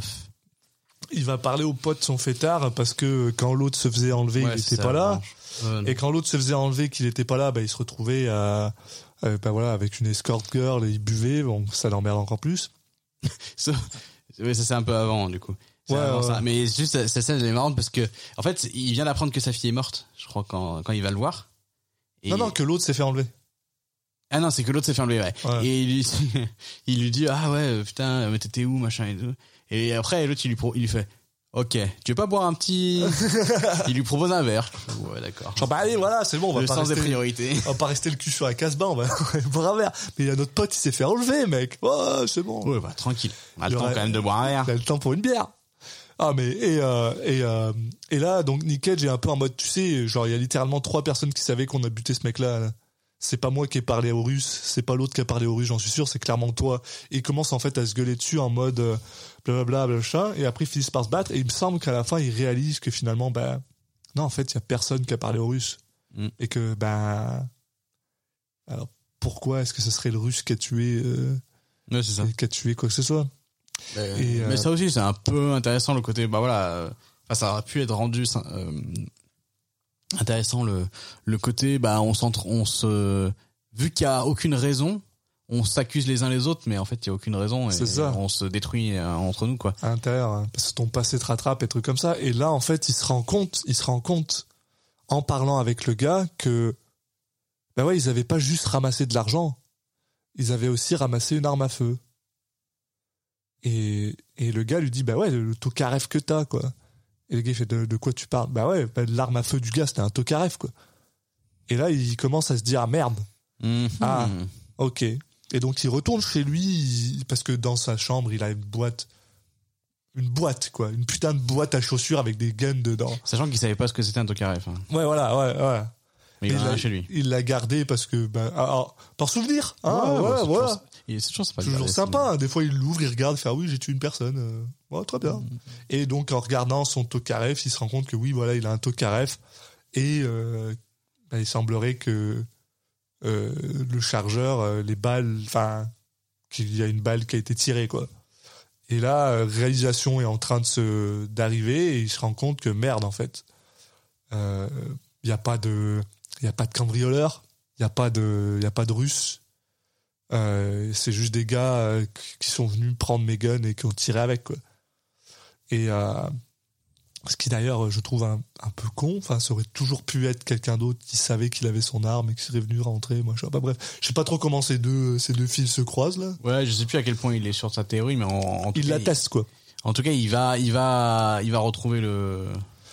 Il va parler au pote de son fêtard parce que quand l'autre se faisait enlever, ouais, il était pas là. Euh, et quand l'autre se faisait enlever, qu'il était pas là, bah, il se retrouvait à, Euh, bah voilà, avec une escort girl et ils buvaient, bon, ça l'emmerde encore plus. ça, oui, ça c'est un peu avant, du coup. Ouais, avant ouais. Ça. Mais juste, cette scène, elle est marrante parce que, en fait, il vient d'apprendre que sa fille est morte, je crois, quand, quand il va le voir. Et... Non, non, que l'autre s'est fait enlever. Ah non, c'est que l'autre s'est fait enlever, ouais. ouais. Et il lui, il lui dit, ah ouais, putain, mais t'étais où, machin et tout. Et après, l'autre, il lui, pro, il lui fait, ok, tu veux pas boire un petit... Il lui propose un verre. Ouais, d'accord. Genre, bah allez, voilà, c'est bon, on va le pas sens rester... des priorités. On va pas rester le cul sur la casse-bain, on va boire un verre. Mais il y a notre pote, il s'est fait enlever, mec. Ouais, c'est bon. Ouais, bah, tranquille. On a le, le temps aurait... quand même de boire un verre. Il a le temps pour une bière. Ah, mais, et, euh, et, euh, et là, donc, Nick Cage est un peu en mode, tu sais, genre, il y a littéralement trois personnes qui savaient qu'on a buté ce mec-là, là. C'est pas moi qui ai parlé aux Russes, c'est pas l'autre qui a parlé aux Russes, j'en suis sûr, c'est clairement toi. Et il commence en fait à se gueuler dessus en mode euh, blablabla, blablabla, et après ils finissent par se battre, et il me semble qu'à la fin ils réalisent que finalement, ben, non, en fait, il y a personne qui a parlé aux Russes. Mm. Et que, ben, alors pourquoi est-ce que ce serait le Russe qui a tué, euh, ouais, c'est ça. qui a tué quoi que ce soit? Mais, et, mais euh, ça aussi, c'est un peu intéressant le côté, bah voilà, euh, ça aurait pu être rendu, euh, intéressant le le côté bah on s'entre on se vu qu'il y a aucune raison on s'accuse les uns les autres mais en fait il y a aucune raison et, c'est ça. Et on se détruit entre nous quoi à l'intérieur hein, parce que ton passé te rattrape et trucs comme ça et là en fait il se rend compte il se rend compte en parlant avec le gars que bah ouais ils avaient pas juste ramassé de l'argent ils avaient aussi ramassé une arme à feu et et le gars lui dit bah ouais le, le Tokarev que t'as quoi. Et le gars fait de, de quoi tu parles? Bah ouais, bah l'arme à feu du gars c'était un Tokarev quoi. Et là il commence à se dire ah merde. Mmh. Ah ok. Et donc il retourne chez lui il, parce que dans sa chambre il a une boîte, une boîte quoi, une putain de boîte à chaussures avec des guns dedans. Sachant qu'il savait pas ce que c'était un Tokarev. Hein. Ouais voilà ouais ouais. Mais il l'a chez lui. Il l'a gardé parce que bah alors, par souvenir. Hein, ouais, ouais, ouais voilà. Toujours, c'est toujours, pas toujours sympa. Hein. Des fois il l'ouvre, il regarde, il fait ah oui j'ai tué une personne. Euh, ouais très bien. Mmh. Et donc en regardant son Tokarev, il se rend compte que oui voilà il a un Tokarev et euh, bah, il semblerait que euh, le chargeur, euh, les balles, enfin qu'il y a une balle qui a été tirée quoi. Et là euh, réalisation est en train de se d'arriver et il se rend compte que merde en fait il euh, y a pas de il y a pas de cambrioleur, il y a pas de il y a pas de Russe. Euh, c'est juste des gars euh, qui sont venus prendre mes guns et qui ont tiré avec, quoi. Et euh, ce qui d'ailleurs, je trouve un, un peu con. Enfin, ça aurait toujours pu être quelqu'un d'autre qui savait qu'il avait son arme et qui serait venu rentrer. Moi, je sais pas. Bref, je sais pas trop comment ces deux ces deux fils se croisent là. Ouais, je sais plus à quel point il est sur sa théorie, mais en, en tout il cas, l'atteste, quoi. En tout cas, il va, il va, il va retrouver le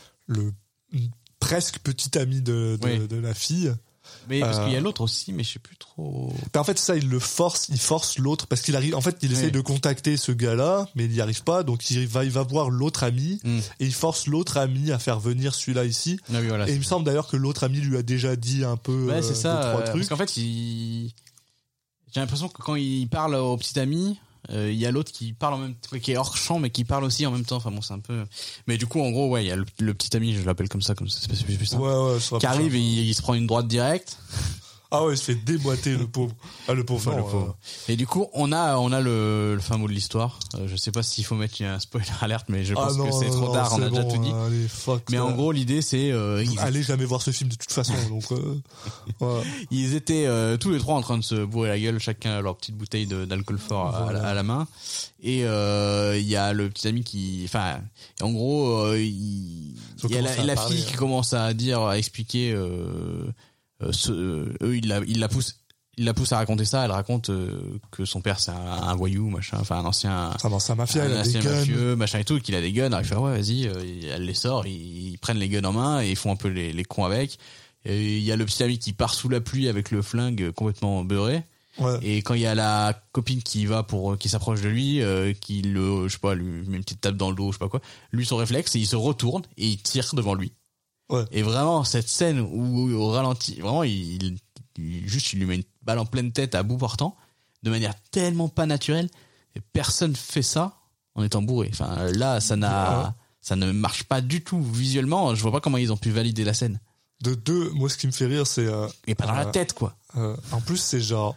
le presque petit ami de de, oui. de la fille. Mais parce euh... qu'il y a l'autre aussi, mais je sais plus trop. Ben en fait, ça, il le force, il force l'autre parce qu'il arrive. En fait, il oui. essaie de contacter ce gars-là, mais il n'y arrive pas. Donc, il va, il va voir l'autre ami mm. et il force l'autre ami à faire venir celui-là ici. Ah oui, voilà, et il me semble d'ailleurs que l'autre ami lui a déjà dit un peu. Ouais, c'est euh, ça. Deux, trois euh, trucs. Parce qu'en fait, il... j'ai l'impression que quand il parle au petit ami. Il euh, y a l'autre qui parle en même temps, qui est hors champ, mais qui parle aussi en même temps. Enfin bon, c'est un peu. Mais du coup, en gros, ouais, il y a le, le petit ami, je l'appelle comme ça, comme ça, c'est plus, plus simple. Ouais, ouais, ça qui arrive et il, il se prend une droite directe. Ah ouais, il se fait déboîter le pauvre. Ah le pauvre. Non, le pauvre. Euh... Et du coup, on a, on a le, le fin mot de l'histoire. Euh, je sais pas s'il faut mettre un spoiler alerte, mais je pense ah non, que c'est trop non, tard. C'est on a bon, déjà tout dit. Allez, fuck mais ça. En gros, l'idée c'est. Euh, ils... Allez jamais voir ce film de toute façon. Donc. Euh... Ouais. Ils étaient euh, tous les trois en train de se bourrer la gueule, chacun leur petite bouteille de, d'alcool fort à, voilà. à, à la main. Et il euh, y a le petit ami qui, enfin, en gros, euh, il y a la, la parler, fille hein. qui commence à dire, à expliquer. Euh, euh, ce, euh, eux, ils la, ils la poussent. Il la pousse à raconter ça. Elle raconte euh, que son père c'est un, un voyou, machin, enfin un ancien, un ancien mafia, un il a ancien des mafieux, guns. machin et tout, qu'il a des guns. Alors il fait ouais, vas-y, euh, elle les sort, ils, ils prennent les guns en main et ils font un peu les, les cons avec. Et il y a le petit ami qui part sous la pluie avec le flingue complètement beurré. Ouais. Et quand il y a la copine qui va pour, qui s'approche de lui, euh, qui le, je sais pas, lui met une petite tape dans le dos, je sais pas quoi. Lui son réflexe, et il se retourne et il tire devant lui. Ouais. Et vraiment cette scène où, où au ralenti, vraiment il, il juste il lui met une balle en pleine tête à bout portant, de manière tellement pas naturelle. Et personne fait ça en étant bourré. Enfin là, ça n'a, ouais. ça ne marche pas du tout visuellement. Je vois pas comment ils ont pu valider la scène. De deux, moi ce qui me fait rire, c'est euh, et pas dans euh, la tête quoi. Euh, en plus c'est genre,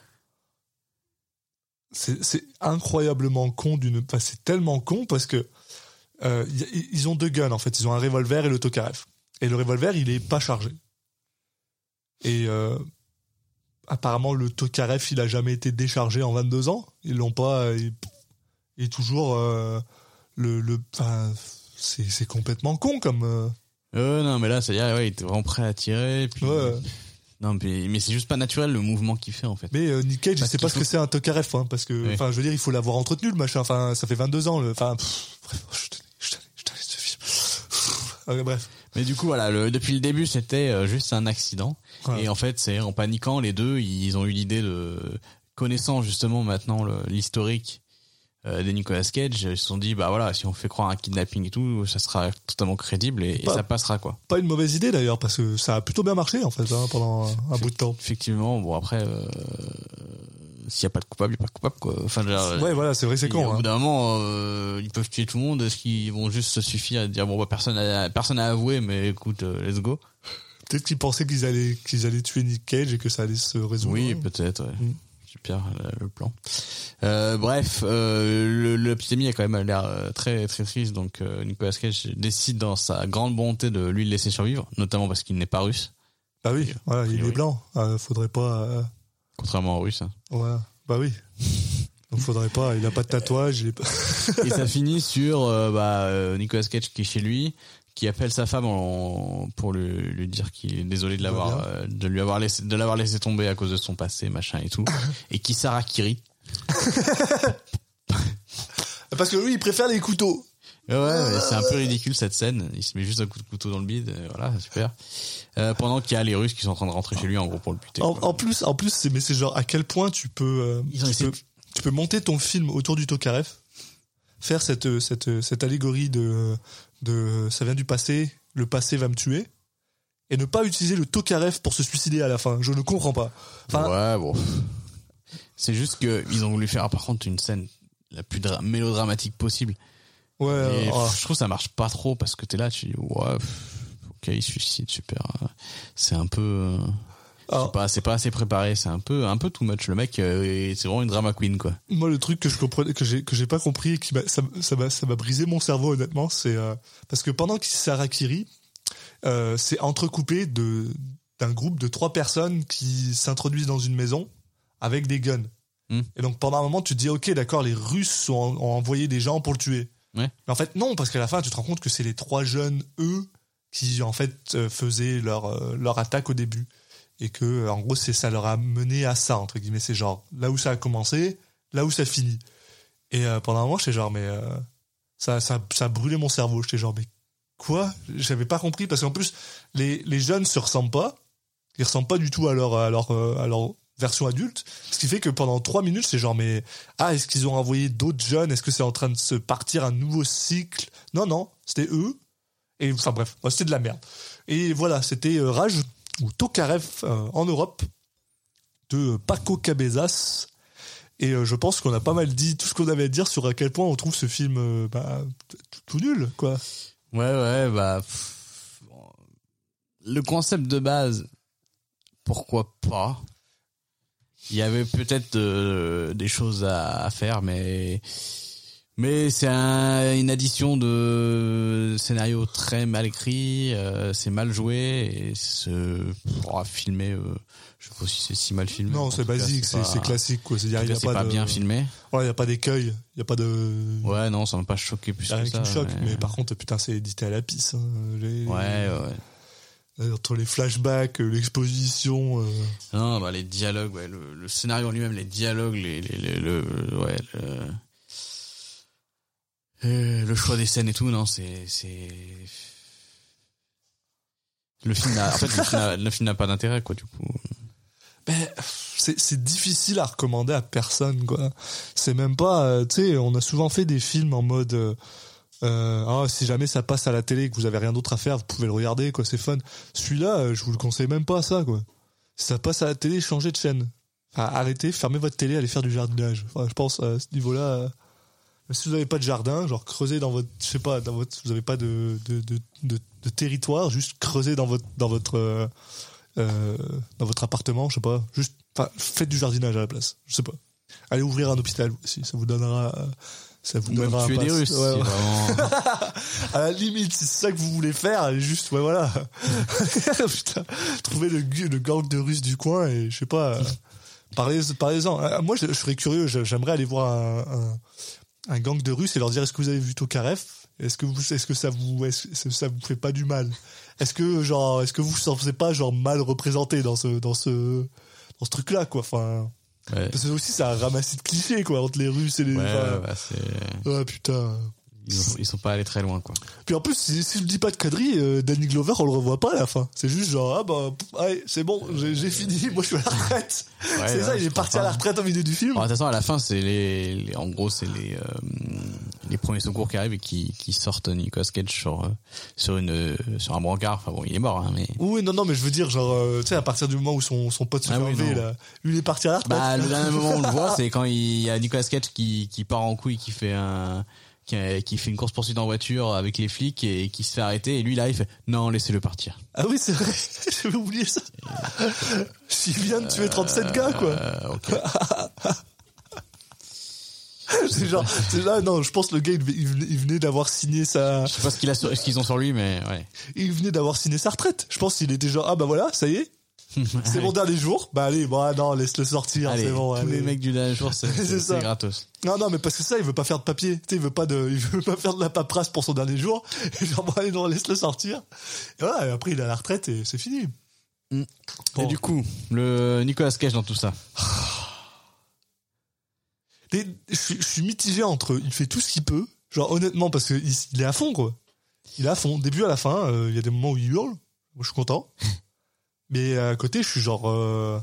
c'est c'est incroyablement con d'une, enfin c'est tellement con parce que euh, y, ils ont deux guns en fait. Ils ont un revolver et le Tokarev. Et le revolver, il est pas chargé. Et euh, apparemment, le Tokarev, il a jamais été déchargé en vingt-deux ans. Ils l'ont pas. Il, il est toujours euh, le. le enfin, c'est, c'est complètement con comme. Euh... Euh, non, mais là, c'est-à-dire, ouais, il était vraiment prêt à tirer. Puis... Ouais. Non, mais, mais c'est juste pas naturel le mouvement qu'il fait en fait. Mais euh, Nick Cage, je sais pas faut... ce que c'est un Tokarev, hein, parce que, enfin, oui. je veux dire, il faut l'avoir entretenu le machin. Enfin, ça fait vingt-deux ans. Enfin, je te, je te, je te laisse ce film. Okay, bref. Mais du coup, voilà, le, depuis le début, c'était euh, juste un accident. Ouais. Et en fait, c'est en paniquant, les deux, ils ont eu l'idée de, connaissant justement maintenant le, l'historique euh, de Nicolas Cage, ils se sont dit, bah voilà, si on fait croire à un kidnapping et tout, ça sera totalement crédible et, pas, et ça passera quoi. Pas une mauvaise idée d'ailleurs, parce que ça a plutôt bien marché en fait hein, pendant un, un bout de temps. Effectivement, bon après. Euh, s'il n'y a pas de coupable, il n'y a pas de coupable, quoi. Enfin, genre, ouais, voilà, c'est vrai, c'est con. Au hein. bout d'un moment, euh, ils peuvent tuer tout le monde. Est-ce qu'ils vont juste se suffire à dire, bon, bah, personne a, personne a avoué, mais écoute, euh, let's go. Peut-être qu'ils pensaient qu'ils allaient, qu'ils allaient tuer Nick Cage et que ça allait se résoudre. Oui, peut-être, ouais. Mm. Super, le, le plan. Euh, bref, euh, le, le petit ami a quand même l'air très, très triste, donc, euh, Nicolas Cage décide dans sa grande volonté de lui laisser survivre, notamment parce qu'il n'est pas russe. Bah oui, voilà, il est blanc. Euh, faudrait pas, euh... Contrairement aux Russes. Hein. Ouais, bah oui. Donc faudrait pas, il a pas de tatouage, il est pas... Et ça finit sur euh, bah, euh, Nicolas Cage qui est chez lui, qui appelle sa femme en, pour lui, lui dire qu'il est désolé de l'avoir, euh, de lui avoir laissé, de l'avoir laissé tomber à cause de son passé, machin et tout, et qui s'harakiri. Parce que lui, il préfère les couteaux. Ouais, ouais, c'est un peu ridicule cette scène. Il se met juste un coup de couteau dans le bide, voilà, super. Euh, pendant qu'il y a les Russes qui sont en train de rentrer chez lui, en gros, pour le buter. En, en plus, en plus, c'est mais c'est genre à quel point tu peux, euh, Ils ont tu, essayé... peux tu peux monter ton film autour du Tokarev, faire cette cette cette allégorie de de ça vient du passé, le passé va me tuer, et ne pas utiliser le Tokarev pour se suicider à la fin. Je ne comprends pas. Enfin, ouais, bon. C'est juste que ils ont voulu faire par contre une scène la plus dra- mélodramatique possible. Ouais, et oh. Je trouve que ça marche pas trop parce que t'es là, tu dis ouais, ok, il suicide, super. C'est un peu, oh. c'est pas, c'est pas assez préparé, c'est un peu, un peu too much. Le mec, euh, c'est vraiment une drama queen quoi. Moi, le truc que je comprenais, que j'ai, que j'ai pas compris, et qui m'a, ça, ça m'a, ça m'a brisé mon cerveau honnêtement, c'est euh, parce que pendant qu'il s'harakiri, euh, c'est entrecoupé de d'un groupe de trois personnes qui s'introduisent dans une maison avec des guns. Mm. Et donc pendant un moment, tu te dis ok, d'accord, les Russes ont, ont envoyé des gens pour le tuer. Ouais. Mais en fait non, parce qu'à la fin, tu te rends compte que c'est les trois jeunes eux qui en fait euh, faisaient leur euh, leur attaque au début et que euh, en gros c'est ça leur a mené à ça entre guillemets. C'est genre là où ça a commencé, là où ça finit. Et euh, pendant un moment, j'étais genre mais euh, ça ça ça a brûlé mon cerveau. J'étais genre mais quoi ? J'avais pas compris parce qu'en plus les les jeunes se ressemblent pas. Ils ressemblent pas du tout à leur à leur à leur version adulte, ce qui fait que pendant trois minutes c'est genre mais ah est-ce qu'ils ont envoyé d'autres jeunes, est-ce que c'est en train de se partir un nouveau cycle? Non non, c'était eux et enfin bref, c'était de la merde. Et voilà, c'était euh, Rage ou Tokarev euh, en Europe de Paco Cabezas et euh, je pense qu'on a pas mal dit tout ce qu'on avait à dire sur à quel point on trouve ce film euh, bah, tout, tout nul quoi. Ouais ouais bah pff, le concept de base, pourquoi pas. Il y avait peut-être euh, des choses à, à faire, mais mais c'est un, une addition de scénarios très mal écrits, euh, c'est mal joué et c'est oh, filmé. Euh, je sais pas si c'est si mal filmé. Non, c'est basique, c'est, c'est classique quoi. C'est, y a, y a c'est pas, pas de, bien filmé. Ouais, il y a pas d'écueil, il y a pas de. Ouais, non, ça m'a pas choqué plus y a que rien ça. qui me choque, mais... mais par contre, putain, c'est édité à la pisse. Hein. Les, ouais, ouais. Entre les flashbacks, l'exposition. Euh... Non, bah les dialogues, ouais, le, le scénario en lui-même, les dialogues, les, les, les le, ouais, le, euh, le choix des scènes et tout, non, c'est, c'est. Le film n'a, en fait, le film n'a, le film n'a pas d'intérêt, quoi, du coup. Ben, c'est, c'est difficile à recommander à personne, quoi. C'est même pas, euh, tu sais, on a souvent fait des films en mode. Euh, Euh, ah, si jamais ça passe à la télé et que vous avez rien d'autre à faire, vous pouvez le regarder, quoi, c'est fun. Celui-là, euh, je vous le conseille même pas, ça, quoi. Si ça passe à la télé, changez de chaîne. Enfin, arrêtez, fermez votre télé, allez faire du jardinage. Enfin, je pense, à ce niveau-là, euh, si vous avez pas de jardin, genre creusez dans votre, je sais pas, dans votre, vous avez pas de, de, de, de, de territoire, juste creusez dans votre, dans votre, euh, euh, dans votre appartement, je sais pas, juste, enfin, faites du jardinage à la place, je sais pas. Allez ouvrir un hôpital aussi, ça vous donnera, euh, ça vous donnera un tuer des Russes, ouais, ouais. Vraiment... à la limite, si c'est ça que vous voulez faire, allez juste, ouais, voilà. Putain, trouvez le, le gang de Russes du coin et je sais pas, euh, parlez, parlez-en. Moi, je, je serais curieux, j'aimerais aller voir un, un, un gang de Russes et leur dire est-ce que vous avez vu Tokarev? Est-ce que vous, est-ce que ça vous, est-ce que ça vous fait pas du mal? Est-ce que genre, est-ce que vous vous sentez pas genre mal représenté dans ce, dans ce, dans ce truc-là, quoi? Enfin. Ouais. Parce que aussi, ça a ramassé de clichés, quoi, entre les Russes et les... Ouais, enfin, bah, c'est... ouais, putain. Ils, ont, ils sont pas allés très loin, quoi. Puis en plus, si, si je dis pas de conneries, euh, Danny Glover, on le revoit pas à la fin. C'est juste genre, ah bah, pff, allez, c'est bon, j'ai, j'ai fini, moi je suis à la retraite. Ouais, c'est ouais, ça, il est parti à la retraite au milieu du film. Bon, de toute façon, à la fin, c'est les, les en gros, c'est les, euh, les premiers secours qui arrivent et qui, qui sortent Nicolas Cage sur, euh, sur une, euh, sur un brancard. Enfin bon, il est mort, hein, mais. Oui, non, non, mais je veux dire, genre, euh, tu sais, à partir du moment où son, son pote se Ah fait oui, enlever, non. là, lui, il est parti à la retraite. Bah, le dernier moment où on le voit, c'est quand il y a Nicolas Cage qui, qui part en couille, qui fait un, qui, qui fait une course poursuite en voiture avec les flics et qui se fait arrêter. Et lui, là, il fait, non, laissez-le partir. Ah oui, c'est vrai, j'avais oublié ça. Il vient de tuer trente-sept gars, quoi. Euh, ok. C'est genre, c'est là, non, je pense que le gars, il venait, il venait d'avoir signé sa, Je sais pas ce qu'il a sur, ce qu'ils ont sur lui, mais ouais. il venait d'avoir signé sa retraite. Je pense qu'il était genre, ah bah voilà, ça y est. C'est mon dernier jour. Bah allez, bon, ah non, laisse-le sortir, Allez, c'est bon. tous allez. les mecs du dernier jour, c'est, C'est c'est, ça. c'est gratos. Non, non, mais parce que ça, il veut pas faire de papier. Tu sais, il veut pas de, il veut pas faire de la paperasse pour son dernier jour. Et genre, bon, allez, non, laisse-le sortir. Et voilà, et après, il est à la retraite et c'est fini. Mm. Bon. Et du coup, le Nicolas Cage dans tout ça. Et je, suis- je suis mitigé entre, il fait tout ce qu'il peut. Genre, honnêtement, parce que il, il est à fond, quoi. Il est à fond. Début à la fin, euh, il y a des moments où il hurle. Moi, je suis content. Mais à côté, je suis genre, euh...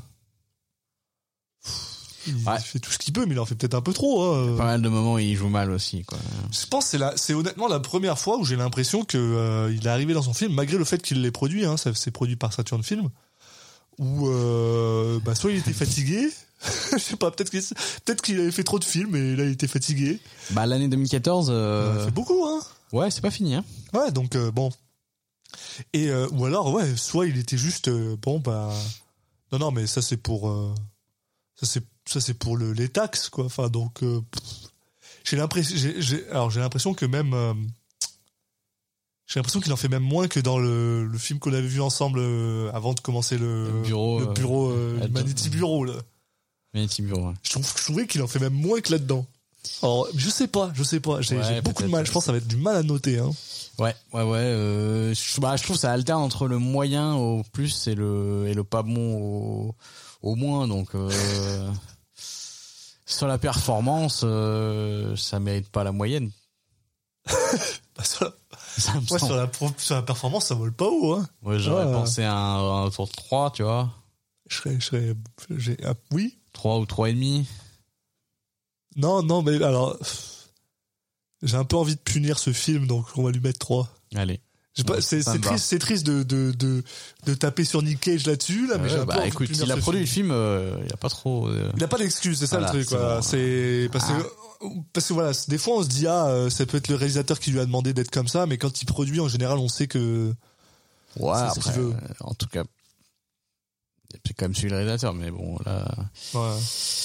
il, Ouais. il fait tout ce qu'il peut, mais il en fait peut-être un peu trop, hein. Pas mal de moments où il joue mal aussi, quoi. Je pense que c'est la, c'est honnêtement la première fois où j'ai l'impression que euh, il est arrivé dans son film, malgré le fait qu'il l'ait produit, hein, ça c'est produit par Saturn Film, où euh, bah soit il était fatigué, je sais pas, peut-être qu'il, peut-être qu'il avait fait trop de films et là il était fatigué. Bah, l'année deux mille quatorze, euh... C'est beaucoup, hein. ouais, c'est pas fini, hein. Ouais, donc euh, bon. Et euh, ou alors ouais, soit il était juste euh, bon bah non non mais ça c'est pour euh, ça c'est ça c'est pour le les taxes quoi. Enfin donc euh, pff, j'ai l'impression j'ai, j'ai alors j'ai l'impression que même euh, j'ai l'impression qu'il en fait même moins que dans le, le film qu'on avait vu ensemble euh, avant de commencer le Le bureau, le bureau euh, euh, Humanity Bureau là. Magnétique Bureau. Ouais. Je trouve, je trouvais qu'il en fait même moins que là-dedans. Alors, je sais pas, je sais pas. J'ai, Ouais, j'ai beaucoup de peut-être, mal. Je pense que ça va être du mal à noter. Hein. Ouais, ouais, ouais. Euh, je, bah, je trouve que ça alterne entre le moyen au plus et le et le pas bon au, au moins. Donc euh, sur la performance, euh, ça mérite pas la moyenne. Bah, sur, la, Ça me ouais, semble. sur, la, sur la performance, ça vole pas haut. Hein. Ouais, j'aurais Ouais. pensé à un, un tour de trois, tu vois. Je serais, je serais, j'ai, ah, oui. trois ou trois et demi. Non, non, mais alors, j'ai un peu envie de punir ce film, donc on va lui mettre trois. Allez. J'ai pas, Ouais, c'est, ça c'est me va. triste, c'est triste de, de, de, de taper sur Nick Cage là-dessus, là, mais Ouais, j'ai un peu bah envie écoute, de punir il a ce produit film. le film, euh, il y a pas trop. Euh... Il a pas d'excuse, c'est ça Voilà, le truc, c'est voilà. bon. C'est, parce Ah. que, parce que voilà, des fois on se dit, ah, euh, ça peut être le réalisateur qui lui a demandé d'être comme ça, mais quand il produit, en général, on sait que, Ouais, c'est ce après, qu'il veut. euh, en tout cas, c'est quand même celui le réalisateur, mais bon, là, ouais.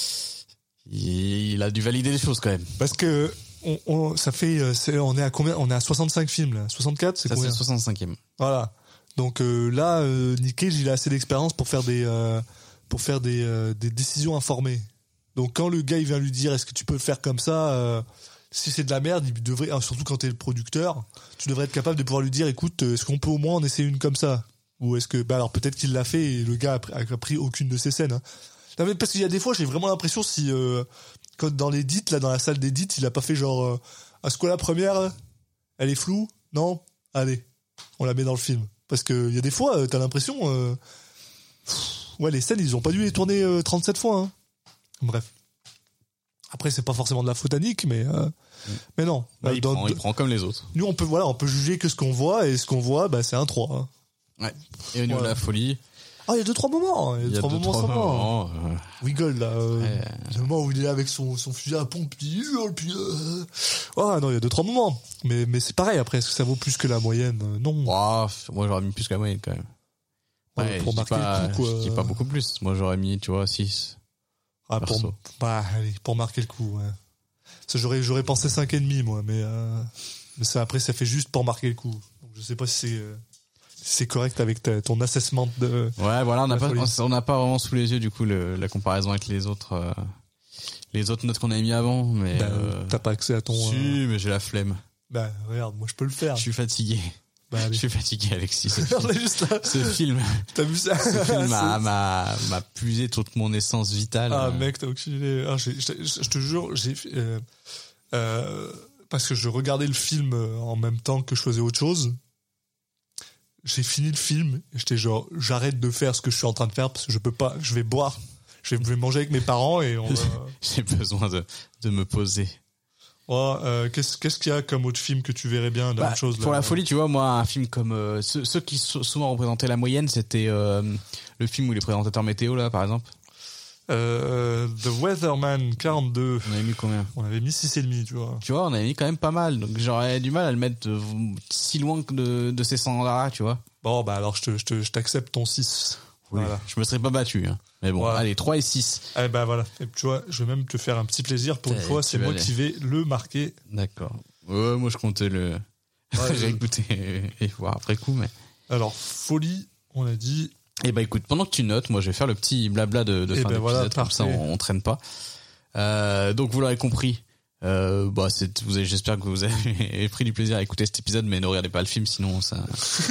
il, il a dû valider les choses quand même. Parce que, on, on, ça fait, euh, c'est, on est à combien? On est à soixante-cinq films, là. soixante-quatre, c'est Ça, c'est combien? le soixante-cinquième. Voilà. Donc euh, là, euh, Nick Cage, il a assez d'expérience pour faire des euh, pour faire des euh, des décisions informées. Donc quand le gars il vient lui dire est-ce que tu peux le faire comme ça, euh, si c'est de la merde, il devrait, alors, surtout quand t'es le producteur, tu devrais être capable de pouvoir lui dire écoute, est-ce qu'on peut au moins en essayer une comme ça? Ou est-ce que bah alors peut-être qu'il l'a fait et le gars a pris, a pris aucune de ces scènes. Hein. Non, mais parce qu'il y a des fois, j'ai vraiment l'impression si euh, quand dans l'édit là dans la salle d'édit, il a pas fait genre euh, est-ce que la première elle est floue? Non? Allez, on la met dans le film. Parce que il y a des fois, euh, t'as l'impression, euh, pff, ouais, les scènes, ils ont pas dû les tourner euh, trente-sept fois. Hein. Bref. Après, c'est pas forcément de la faute à Nick, mais euh, Mm. mais non. Bah, Euh, il, dans- prend, il prend comme les autres. Nous, on peut voilà, on peut juger que ce qu'on voit et ce qu'on voit, bah c'est un trois. Hein. Ouais. Et au niveau Ouais. de la folie, Ah, il y a deux trois moments. Il y a, il y deux, a trois deux, moments trois sympas. moments. euh, Wiggle là. Euh, Ouais. Le moment où il est là avec son son fusil à pompe, puis il hurle, puis. Euh... Ah non, il y a deux trois moments. Mais mais c'est pareil. Après, est-ce que ça vaut plus que la moyenne? Euh, Non. ouah, moi, j'aurais mis plus que la moyenne quand même. Ouais, Ouais, pour je dis marquer pas, le coup, quoi. je dis pas beaucoup plus. Moi, j'aurais mis, tu vois, six. Ah, pour, Perso. bah, allez, pour marquer le coup, ouais. Ça, j'aurais, j'aurais pensé cinq et demi, moi, mais, euh, mais ça, après, ça fait juste pour marquer le coup. Donc, je sais pas si c'est, euh, si c'est correct avec ta, ton assessment de, Ouais, voilà, on n'a La pas, folie. on n'a pas vraiment sous les yeux, du coup, le, la comparaison avec les autres, euh, les autres notes qu'on avait mis avant, mais, bah, euh, t'as pas accès à ton, si, euh, mais j'ai la flemme. bah, regarde, moi, je peux le faire. Je suis fatigué. Bah, Je allez. suis fatigué, Alexis. Ce On film, est juste là. ce film, T'as vu ça? ce film m'a, C'est- m'a, m'a puisé toute mon essence vitale. Ah, Euh, mec, t'as aucune idée. Ah, j'ai- je, je- je te jure, j'ai, euh, euh, parce que je regardais le film euh, en même temps que je faisais autre chose. J'ai fini le film et j'étais genre, j'arrête de faire ce que je suis en train de faire parce que je peux pas, je vais boire, je vais, je vais manger avec mes parents et on va... J'ai besoin de, de me poser. Ouais, euh, qu'est-ce, qu'est-ce qu'il y a comme autre film que tu verrais bien dans Bah, autre chose, pour là la folie, tu vois, moi, un film comme euh, ceux, ceux qui sou- souvent représentaient la moyenne, c'était euh, le film où les présentateurs météo, là, par exemple. Euh, The Weatherman quarante-deux. On avait mis combien? On avait mis six et demi, tu vois. Tu vois, on avait mis quand même pas mal. Donc j'aurais du mal à le mettre euh, si loin que de, de ces standards-là, tu vois. Bon, bah alors je te, je te, je t'accepte ton six. Voilà. Je me serais pas battu. Hein. Mais bon, Ouais. allez, trois et six. Eh ben voilà. Et tu vois, je vais même te faire un petit plaisir pour une T'as- fois. tu C'est vas moi aller. qui vais le marquer. D'accord. Ouais, moi je comptais le Ouais, réécouter et, et voir après coup, mais. Alors, folie, on a dit. Eh ben écoute, pendant que tu notes, moi je vais faire le petit blabla de, de Eh fin ben d'épisode, voilà, comme ça parfait. on, on traîne pas. Euh, donc vous l'aurez compris. Euh, bah c'est, vous avez, j'espère que vous avez pris du plaisir à écouter cet épisode, mais ne regardez pas le film, sinon ça,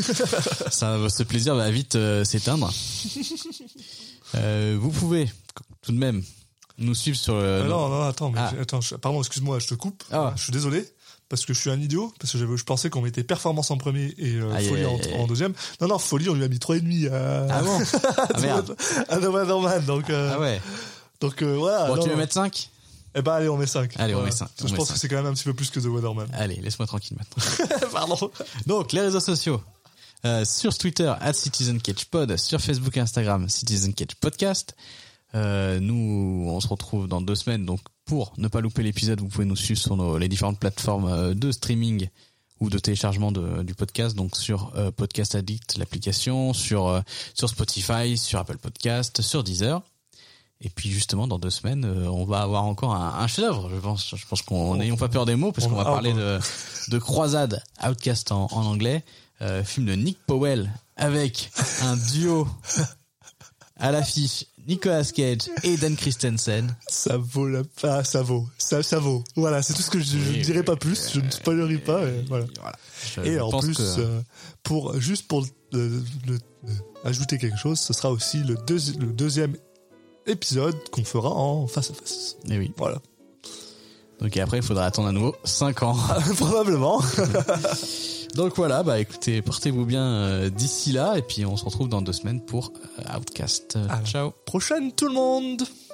ça, ce plaisir va vite euh, s'éteindre. Euh, vous pouvez tout de même nous suivre sur. Le, Ah non, non, attends, mais Ah. j'ai- attends, je- pardon, excuse-moi, je te coupe. Ah. Je suis désolé. Parce que je suis un idiot, parce que j'avais, je pensais qu'on mettait performance en premier et euh, Aïe, folie aïe, en, aïe. en deuxième. Non, non, folie, on lui a mis trois et demi à, Ah bon Ah merde. à The Weatherman. Donc, euh, Ah ouais. donc euh, voilà. Bon, non, tu veux non. mettre cinq? Eh ben allez, on met cinq. Allez, on Voilà. met cinq, Je on met pense cinq. que c'est quand même un petit peu plus que The Weatherman. Allez, laisse-moi tranquille maintenant. Pardon. Donc, les réseaux sociaux. Euh, sur Twitter, at CitizenCatchPod. Sur Facebook et Instagram, CitizenCatchPodcast. Euh, nous, on se retrouve dans deux semaines. Donc, pour ne pas louper l'épisode, vous pouvez nous suivre sur nos, les différentes plateformes euh, de streaming ou de téléchargement de, du podcast. Donc, sur euh, Podcast Addict, l'application, sur euh, sur Spotify, sur Apple Podcast, sur Deezer. Et puis justement, dans deux semaines, euh, on va avoir encore un, un chef-d'œuvre. Je pense, je pense qu'on n'ayons pas peur des mots, parce on- qu'on va ah, parler bon. de, de Croisade, Outcast en, en anglais, euh, film de Nick Powell avec un duo à l'affiche, Nicolas Cage et Dan Christensen. Ça vaut la, ah, ça vaut, ça, ça vaut. Voilà, c'est tout ce que je, je ne dirai pas plus, je ne spoilerai pas, et voilà. voilà. Je, et je en pense plus, que... euh, pour, juste pour le, le, le, ajouter quelque chose, ce sera aussi le, deuxi- le deuxième épisode qu'on fera en face à face. Et oui. Voilà. Donc et après, il faudra attendre à nouveau cinq ans. Probablement. Donc voilà, bah écoutez, portez-vous bien euh, d'ici là, et puis on se retrouve dans deux semaines pour euh, Outcast. Euh, À la ciao. prochaine tout le monde.